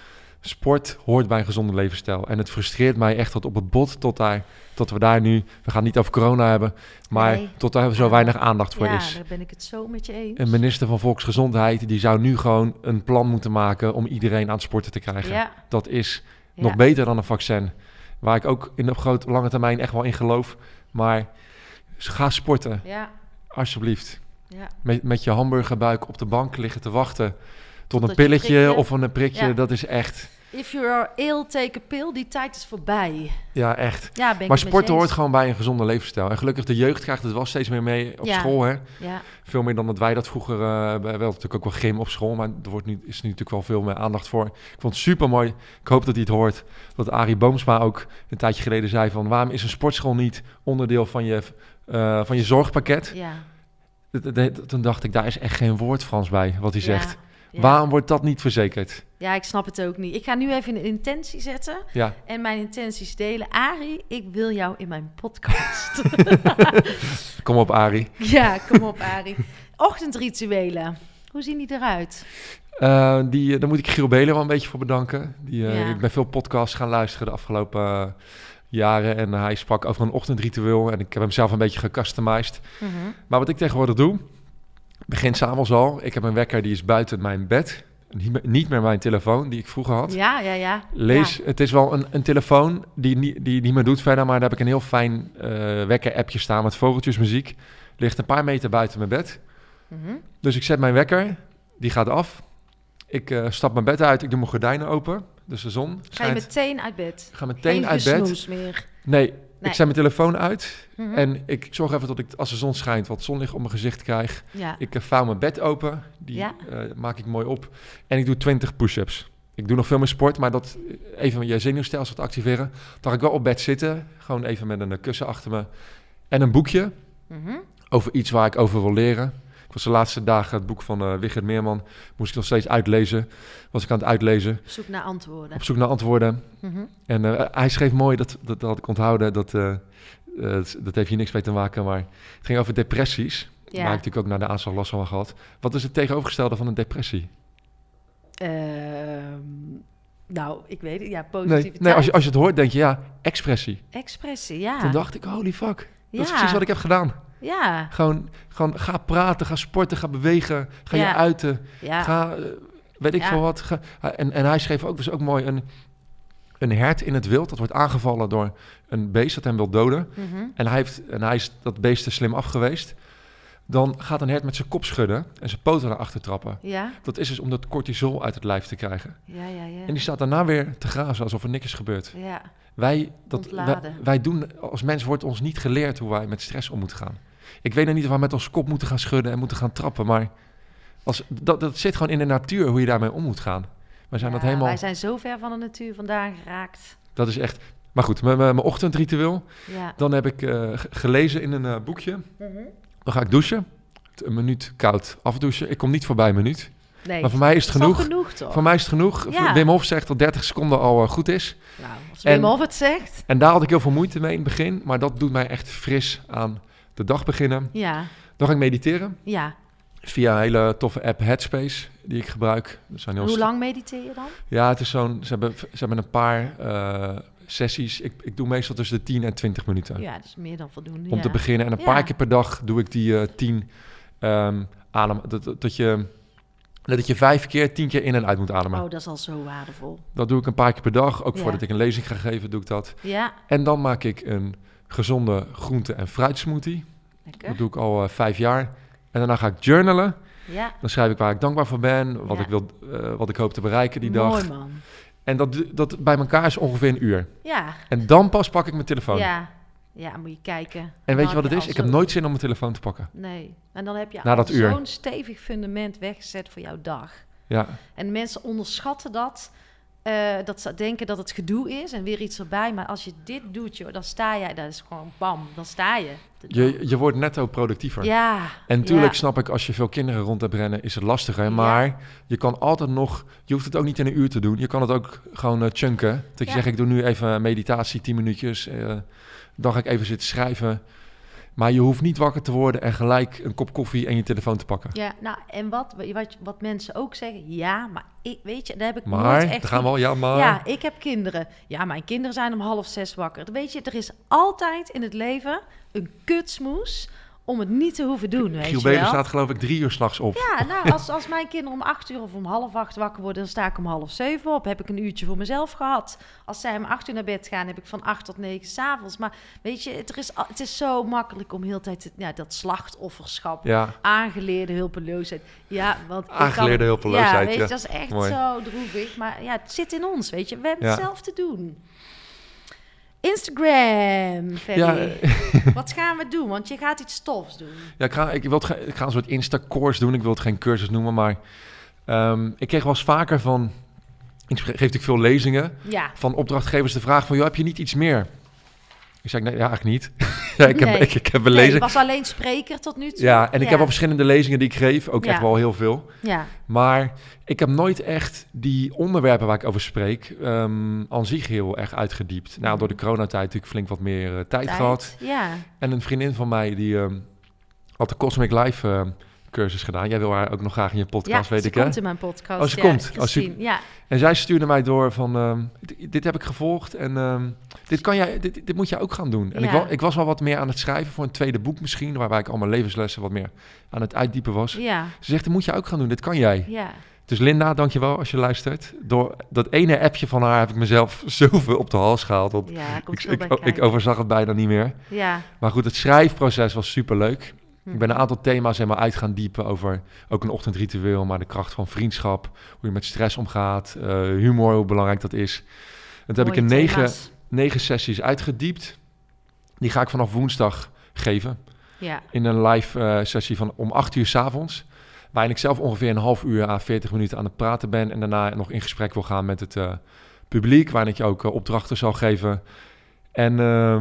sport hoort bij een gezonde levensstijl. En het frustreert mij echt tot op het bot, tot, daar, tot we daar nu... We gaan het niet over corona hebben, maar Nee. tot daar zo Ja, weinig aandacht voor ja, is. daar ben ik het zo met je eens. Een minister van Volksgezondheid, die zou nu gewoon een plan moeten maken om iedereen aan het sporten te krijgen. Ja, Dat is ja. nog beter dan een vaccin. Waar ik ook in de grote lange termijn echt wel in geloof. Maar ga sporten, Ja, alsjeblieft. ja. Met, met je hamburgerbuik op de bank liggen te wachten tot Totdat een je pilletje prikje- of een prikje. Ja. Dat is echt, If you are ill, take a pill. Die tijd is voorbij. ja echt. Ja, ben ik Maar het met je sporten hoort eens. gewoon bij een gezonde levensstijl. En gelukkig de jeugd krijgt het wel steeds meer mee op Ja. school. Hè? Ja, Veel meer dan dat wij dat vroeger... Uh, we hadden natuurlijk ook wel gym op school, maar er wordt nu, is nu natuurlijk wel veel meer aandacht voor. Ik vond het super mooi. Ik hoop dat hij het hoort. Dat Arie Boomsma ook een tijdje geleden zei van... waarom is een sportschool niet onderdeel van je, uh, van je zorgpakket? ja. D- d- d- Toen dacht ik, daar is echt geen woord Frans bij, wat hij Ja, zegt. ja. Waarom wordt dat niet verzekerd? Ja, ik snap het ook niet. Ik ga nu even een intentie zetten Ja, en mijn intenties delen. Arie, ik wil jou in mijn podcast. kom op Arie. Ja, kom op Arie. Ochtendrituelen. Hoe zien die eruit? Uh, die, uh, daar moet ik Giel Belen wel een beetje voor bedanken. Die, uh, Ja. Ik ben veel podcasts gaan luisteren de afgelopen uh, jaren. En uh, hij sprak over een ochtendritueel. En ik heb hem zelf een beetje gecustomized. Mhm. Maar wat ik tegenwoordig doe, begint s'avonds al. Ik heb een wekker die is buiten mijn bed. Niet meer, niet meer mijn telefoon die ik vroeger had. Ja, ja, ja. Lees, Ja. het is wel een, een telefoon die, niet- die niet meer doet verder. Maar daar heb ik een heel fijn uh, wekker-appje staan met vogeltjesmuziek. Ligt een paar meter buiten mijn bed. Mhm. Dus ik zet mijn wekker, die gaat af. Ik uh, stap mijn bed uit, ik doe mijn gordijnen open. Dus de zon Ga je schijnt. meteen uit bed? Ik ga meteen Geen uit bed. gesnoes meer. Nee, Nee. ik zet mijn telefoon uit. Mhm. En ik zorg even dat ik, als de zon schijnt, wat zonlicht op mijn gezicht krijg. Ja. Ik uh, vouw mijn bed open, die Ja. uh, maak ik mooi op. En ik doe twintig push-ups. Ik doe nog veel meer sport, maar dat even je zenuwstelsel te activeren. Dan ga ik wel op bed zitten, gewoon even met een uh, kussen achter me. En een boekje Mhm. over iets waar ik over wil leren. Ik was de laatste dagen het boek van uh, Wigert Meerman, moest ik nog steeds uitlezen. Was ik aan het uitlezen, Op zoek naar antwoorden. op zoek naar antwoorden. Mhm. En uh, hij schreef mooi, dat, dat, dat had ik onthouden, dat, uh, uh, dat heeft hier niks mee te maken, maar het ging over depressies. Ja. Waar ik natuurlijk ook na de aanslag last van had gehad. Wat is het tegenovergestelde van een depressie? Ehm, nou, ik weet het. Ja, Nee, positiviteit. nee als, je, als je het hoort, denk je ja, expressie. Expressie, ja. Toen dacht ik, holy fuck, ja. dat is precies wat ik heb gedaan. Ja, Gewoon, gewoon ga praten, ga sporten, ga bewegen, ga Ja. je uiten. ja. Ga, uh, weet ik Ja. veel wat. Ga, en, en hij schreef ook, was ook mooi, een, een hert in het wild. Dat wordt aangevallen door een beest dat hem wil doden. Mhm. En hij, heeft, en hij is dat beest er slim af geweest. Dan gaat een hert met zijn kop schudden en zijn poten naar achter trappen. Ja, Dat is dus om dat cortisol uit het lijf te krijgen. ja, ja, ja. En die staat daarna weer te grazen alsof er niks is gebeurd. Ja, Wij, dat, wij, Ontladen. wij doen, als mens wordt ons niet geleerd hoe wij met stress om moeten gaan. Ik weet nog niet of wij met ons kop moeten gaan schudden en moeten gaan trappen, maar als, dat, dat zit gewoon in de natuur hoe je daarmee om moet gaan. Wij zijn Ja, dat helemaal, wij zijn zo ver van de natuur vandaan geraakt. dat is echt... Maar goed, mijn, mijn mijn ochtendritueel, Ja. dan heb ik uh, g- gelezen in een uh, boekje. Mhm. Dan ga ik douchen, een minuut koud afdouchen. Ik kom niet voorbij een minuut. Nee, Maar voor mij is het dat is al genoeg. genoeg toch? Voor mij is het genoeg. Ja. Wim Hof zegt dat dertig seconden al uh, goed is. Nou, als En- Wim Hof het zegt. En daar had ik heel veel moeite mee in het begin. Maar dat doet mij echt fris aan de dag beginnen. Ja, Dan ga ik mediteren ja. via een hele toffe app Headspace die ik gebruik. Dat zijn heel Hoe st- lang mediteer je dan? Ja, het is zo'n... Ze hebben, ze hebben een paar uh, sessies. Ik, ik doe meestal tussen de tien en twintig minuten Ja, dat is meer dan voldoende. om ja. te beginnen. En een Ja. paar keer per dag doe ik die uh, tien um, adem... Dat, dat, dat je... Dat je vijf keer, tien keer in en uit moet ademen. Oh, dat is al zo waardevol. Dat doe ik een paar keer per dag. Ook Ja. voordat ik een lezing ga geven, doe ik dat. Ja, En dan maak ik een gezonde groente- en fruitsmoothie. lekker. Dat doe ik al uh, vijf jaar. En daarna ga ik journalen. Ja, Dan schrijf ik waar ik dankbaar voor ben, wat, Ja. ik, wil, uh, wat ik hoop te bereiken die mooi dag. man. En dat, dat bij elkaar is ongeveer een uur. Ja, En dan pas pak ik mijn telefoon. ja. Ja, moet je kijken. En Dan weet je wat heb het is? al Ik heb zo- nooit zin om mijn telefoon te pakken. Nee. En dan heb je Na al dat uur. zo'n stevig fundament weggezet voor jouw dag. Ja, En mensen onderschatten dat. eh, dat ze denken dat het gedoe is en weer iets erbij. Maar als je dit doet, joh, dan sta je... Dat is gewoon bam, dan sta je. je, je wordt netto productiever. Ja. En natuurlijk ja. snap ik, als je veel kinderen rond hebt rennen, is het lastiger. Ja. Maar je kan altijd nog, je hoeft het ook niet in een uur te doen. Je kan het ook gewoon uh, chunken. Dat je Ja. zegt, ik doe nu even meditatie, tien minuutjes. Uh, dan ga ik even zitten schrijven. Maar je hoeft niet wakker te worden en gelijk een kop koffie en je telefoon te pakken. Ja, nou, en wat, wat, wat mensen ook zeggen, ja, maar ik, weet je, daar heb ik Maar, nooit echt... daar gaan we al, ja, maar... Ja, ik heb kinderen. Ja, mijn kinderen zijn om half zes wakker. Weet je, er is altijd in het leven een kutsmoes om het niet te hoeven doen, weet Giel je Beder wel. staat geloof ik drie uur 's nachts op. Ja, nou, als, als mijn kinderen om acht uur of om half acht wakker worden, dan sta ik om half zeven op. Heb ik een uurtje voor mezelf gehad. Als zij om acht uur naar bed gaan, heb ik van acht tot negen 's avonds. Maar weet je, het is, het is zo makkelijk om heel de tijd ja, dat slachtofferschap, Ja, aangeleerde hulpeloosheid. Ja, want ik aangeleerde kan, hulpeloosheid. Ja, weet je, ja. dat is echt Mooi. zo droevig. Maar ja, het zit in ons, weet je. We hebben het Ja. zelf te doen. Instagram, Ferry. Ja, Wat gaan we doen? Want je gaat iets tofs doen. Ja, ik ga, ik, wil het, ge- ik ga een soort Insta-course doen. Ik wil het geen cursus noemen, maar... ehm, ik kreeg wel eens vaker van... Ik geef natuurlijk veel lezingen. Ja. Van opdrachtgevers de vraag van... Joh, heb je niet iets meer? Ik zei, nee, ja, eigenlijk niet. ja, ik, heb, Nee. ik, ik heb een Nee, lezing. je was alleen spreker tot nu toe. Ja, en ik Ja. heb wel verschillende lezingen die ik geef. Ook echt Ja. wel heel veel. Ja, Maar ik heb nooit echt die onderwerpen waar ik over spreek... Um, aan zich heel erg uitgediept. Nou, door de coronatijd natuurlijk flink wat meer uh, tijd, tijd. gehad. Ja. En een vriendin van mij die um, had de Cosmic Life uh, cursus gedaan. Jij wil haar ook nog graag in je podcast, ja, weet ze ik, hè? komt in mijn podcast. Oh, ze ja, komt. Oh, Christine. super. Ja, En zij stuurde mij door van, um, dit, dit heb ik gevolgd en um, dit, kan jij, dit, dit moet jij ook gaan doen. En Ja. ik, wa, ik was wel wat meer aan het schrijven voor een tweede boek misschien, waarbij ik al mijn levenslessen wat meer aan het uitdiepen was. ja, Ze zegt, dit moet je ook gaan doen, dit kan jij. ja. Dus Linda, dankjewel als je luistert. Door dat ene appje van haar heb ik mezelf zoveel op de hals gehaald. Want Ja, komt ik, veel ik, bij ik kijken. overzag het bijna niet meer. Ja. Maar goed, het schrijfproces was superleuk. Hm. Ik ben een aantal thema's helemaal uit gaan diepen over ook een ochtendritueel, maar de kracht van vriendschap, hoe je met stress omgaat, uh, humor, hoe belangrijk dat is. En toen heb ik Mooie er negen, thema's. negen sessies uitgediept. Die ga ik vanaf woensdag geven Ja, in een live uh, sessie van om acht uur 's avonds. Waarin ik zelf ongeveer een half uur à veertig minuten aan het praten ben en daarna nog in gesprek wil gaan met het uh, publiek, waarin ik je ook uh, opdrachten zal geven. En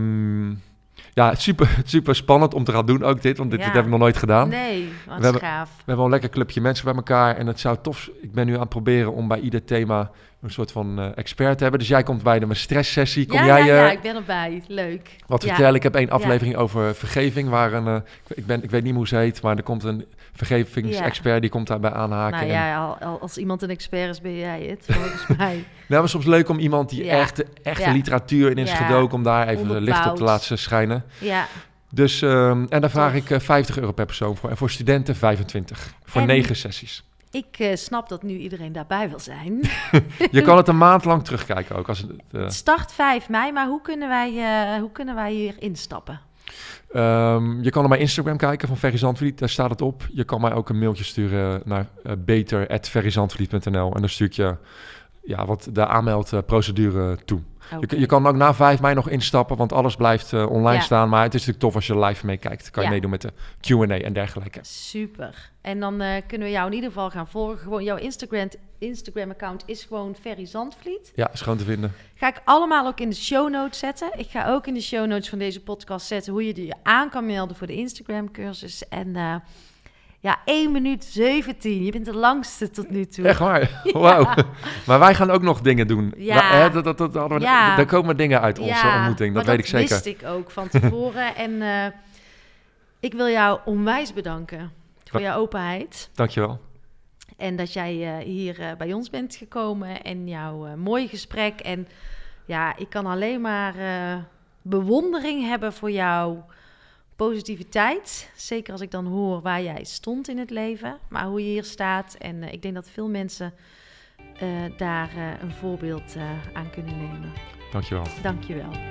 um, ja, super, super spannend om te gaan doen ook dit, want dit, Ja. dit heb ik nog nooit gedaan. nee, wat We hebben- gaaf. We hebben wel een lekker clubje mensen bij elkaar en het zou tof. Ik ben nu aan het proberen om bij ieder thema een soort van uh, expert te hebben. Dus jij komt bij de mijn stresssessie. Kom Ja, jij ja, ja, uh, ik ben erbij. Leuk. wat Ja. vertellen? Ik heb één aflevering over vergeving, waar een, uh, ik, ben, ik weet niet meer hoe ze heet, maar er komt een vergevingsexpert die komt daarbij aanhaken. Nou En- ja, al, al- als iemand een expert is, ben jij het, volgens mij. Nou, maar soms leuk om iemand die Ja. echte, echte Ja. literatuur in is Ja. gedoken, om daar even licht op Onderbouwd. te laten schijnen. Ja, Dus, um, en daar vraag Tof. ik uh, vijftig euro per persoon voor. En voor studenten vijfentwintig. Voor En- negen sessies. ik uh, snap dat nu iedereen daarbij wil zijn. Je kan het een maand lang terugkijken ook. Als het, uh, Het start vijf mei, maar hoe kunnen wij, uh, hoe kunnen wij hier instappen? Um, je kan op mijn Instagram kijken van Ferry Zandvliet, daar staat het op. Je kan mij ook een mailtje sturen naar uh, beter at ferry zandvliet punt n l en dan stuur ik je ja, wat de aanmeldprocedure toe. Je, Oké. je kan ook na vijf mei nog instappen, want alles blijft uh, online Ja. staan. Maar het is natuurlijk tof als je live meekijkt. Kan je Ja. meedoen met de Q en A en dergelijke. Super. En dan uh, kunnen we jou in ieder geval gaan volgen. Gewoon jouw Instagram, Instagram-account is gewoon Ferry Zandvliet. Ja, is gewoon te vinden. Ga ik allemaal ook in de show notes zetten. Ik ga ook in de show notes van deze podcast zetten hoe je je aan kan melden voor de Instagram-cursus. En uh, ja, één minuut zeventien. Je bent de langste tot nu toe. Echt waar? Wauw. Maar wij gaan ook nog dingen doen. Ja. Wa- hè, dat, dat, dat, hadden we, Ja. Daar komen dingen uit onze Ja, ontmoeting, dat maar weet ik zeker. Dat wist ik ook van tevoren. En uh, ik wil jou onwijs bedanken voor Wa- jouw openheid. Dankjewel. En dat jij uh, hier uh, bij ons bent gekomen en jouw uh, mooie gesprek. En ja, ik kan alleen maar uh, bewondering hebben voor jouw positiviteit. Zeker als ik dan hoor waar jij stond in het leven, maar hoe je hier staat. En uh, ik denk dat veel mensen uh, daar uh, een voorbeeld uh, aan kunnen nemen. Dankjewel. Dank je wel.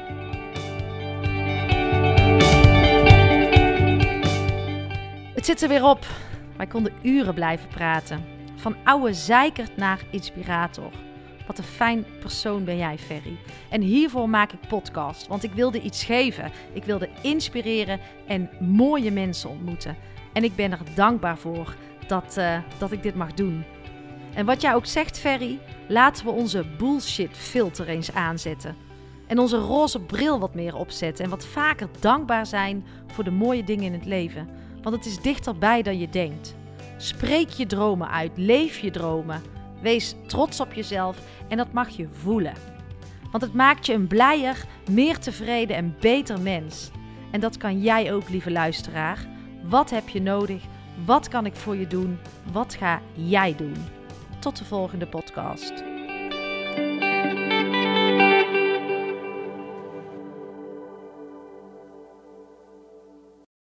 Het zit er weer op. Wij konden uren blijven praten. Van oude zeikert naar inspirator. Wat een fijn persoon ben jij, Ferry. En hiervoor maak ik podcast, want ik wilde iets geven. Ik wilde inspireren en mooie mensen ontmoeten. En ik ben er dankbaar voor dat, uh, dat ik dit mag doen. En wat jij ook zegt, Ferry, laten we onze bullshit filter eens aanzetten. En onze roze bril wat meer opzetten. En wat vaker dankbaar zijn voor de mooie dingen in het leven. Want het is dichterbij dan je denkt. Spreek je dromen uit, leef je dromen. Wees trots op jezelf en dat mag je voelen. Want het maakt je een blijer, meer tevreden en beter mens. En dat kan jij ook, lieve luisteraar. Wat heb je nodig? Wat kan ik voor je doen? Wat ga jij doen? Tot de volgende podcast.